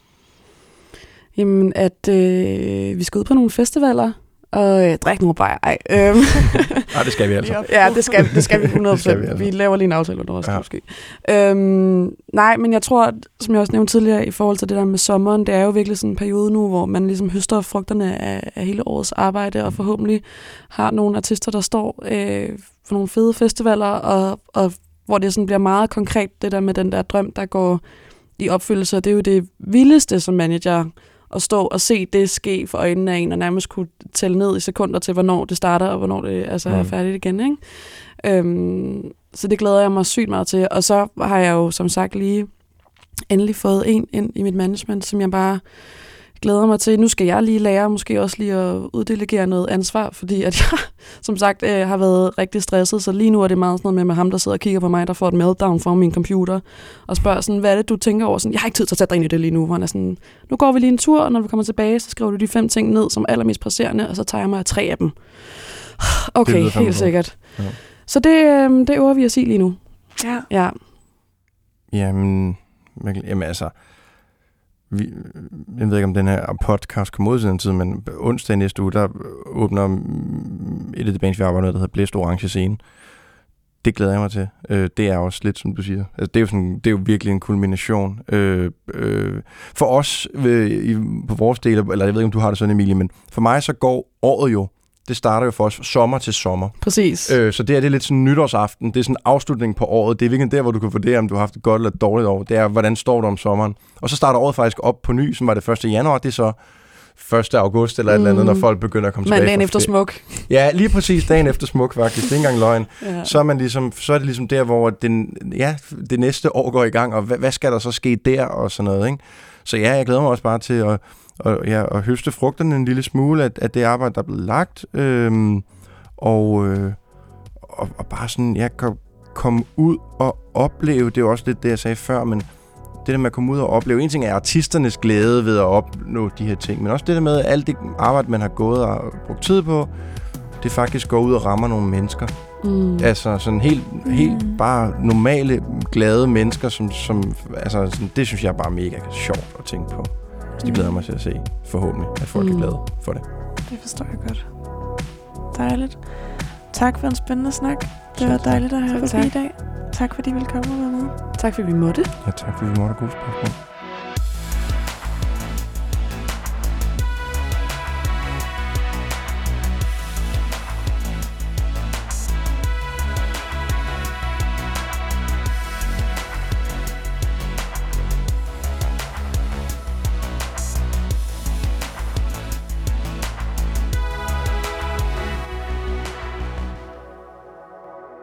S1: Jamen, at øh, vi skal ud på nogle festivaler og øh, drikke nogle bajer. Ej, øh.
S3: Ej, det skal vi altså.
S1: Ja, det skal, det skal vi hundrede procent.
S3: Vi, altså.
S1: vi laver lige en aftale under os, ja. Måske. Øhm, nej, men jeg tror, at, som jeg også nævnte tidligere, i forhold til det der med sommeren, det er jo virkelig sådan en periode nu, hvor man ligesom høster frugterne af, af hele årets arbejde, og forhåbentlig har nogle artister, der står øh, for nogle fede festivaler, og, og hvor det sådan bliver meget konkret, det der med den der drøm, der går i opfyldelse. Det er jo det vildeste som manager, at stå og se det ske for øjnene af en, og nærmest kunne tælle ned i sekunder til, hvornår det starter, og hvornår det altså, mm. er færdigt igen. Ikke? Øhm, så det glæder jeg mig sygt meget til. Og så har jeg jo som sagt lige endelig fået en ind i mit management, som jeg bare glæder mig til. Nu skal jeg lige lære, måske også lige at uddelegere noget ansvar, fordi at jeg, som sagt, øh, har været rigtig stresset, så lige nu er det meget sådan noget med, med ham, der sidder og kigger på mig, der får et meltdown foran min computer, og spørger sådan, hvad er det, du tænker over? Sådan, jeg har ikke tid til at sætte dig ind i det lige nu. Hvor han er sådan, nu går vi lige en tur, og når vi kommer tilbage, så skriver du de fem ting ned, som er allermest presserende, og så tager jeg mig af tre af dem. Okay, helt sikkert. Ja. Så det, øh, det øver vi at sige lige nu.
S2: Ja.
S1: Ja.
S3: Jamen, jamen altså, Vi, jeg ved ikke, om den her podcast kommer ud til den tid, men onsdag næste uge, der åbner et af de bands, vi arbejder med, der hedder Blæst Orange Scene. Det glæder jeg mig til. Øh, det er også lidt, som du siger. Altså, det, er jo sådan, det er jo virkelig en kulmination. Øh, øh, for os, øh, i, på vores del, eller jeg ved ikke, om du har det sådan, Emilie, men for mig så går året jo, det starter jo for os sommer til sommer.
S1: Præcis.
S3: Øh, så det er, det er lidt sådan nytårsaften. Det er sådan en afslutning på året. Det er virkelig der, hvor du kan vurdere, om du har haft et godt eller et dårligt år. Det er, hvordan står du om sommeren. Og så starter året faktisk op på ny, som var det første januar. Det er så første august eller et mm. eller andet, når folk begynder at komme tilbage.
S1: Men dagen efter smuk.
S3: Ja, lige præcis dagen efter smuk faktisk. Det er ikke engang løgn. Ja. Så, er man ligesom, så er det ligesom der, hvor den, ja, det næste år går i gang, og hvad, hvad skal der så ske der og sådan noget. Ikke? Så ja, jeg glæder mig også bare til at Og, ja, og høste frugterne en lille smule af, af det arbejde, der er blevet lagt. Øhm, og, øh, og, og bare sådan, jeg kan komme ud og opleve, det er jo også lidt det, jeg sagde før, men det der med at komme ud og opleve, en ting er artisternes glæde ved at opnå de her ting, men også det der med, at alt det arbejde, man har gået og brugt tid på, det faktisk går ud og rammer nogle mennesker. Mm. Altså sådan helt, helt mm. bare normale, glade mennesker, som, som altså sådan, det synes jeg er bare mega sjovt at tænke på. Så det glæder mig til at se, forhåbentlig, at folk mm. er glade for det.
S2: Det forstår jeg godt. Dejligt. Tak for en spændende snak. Det var dejligt at høre forbi i dag. Tak fordi I ville komme og være med.
S1: Tak fordi vi måtte.
S3: Ja, tak fordi vi måtte. God spørgsmål.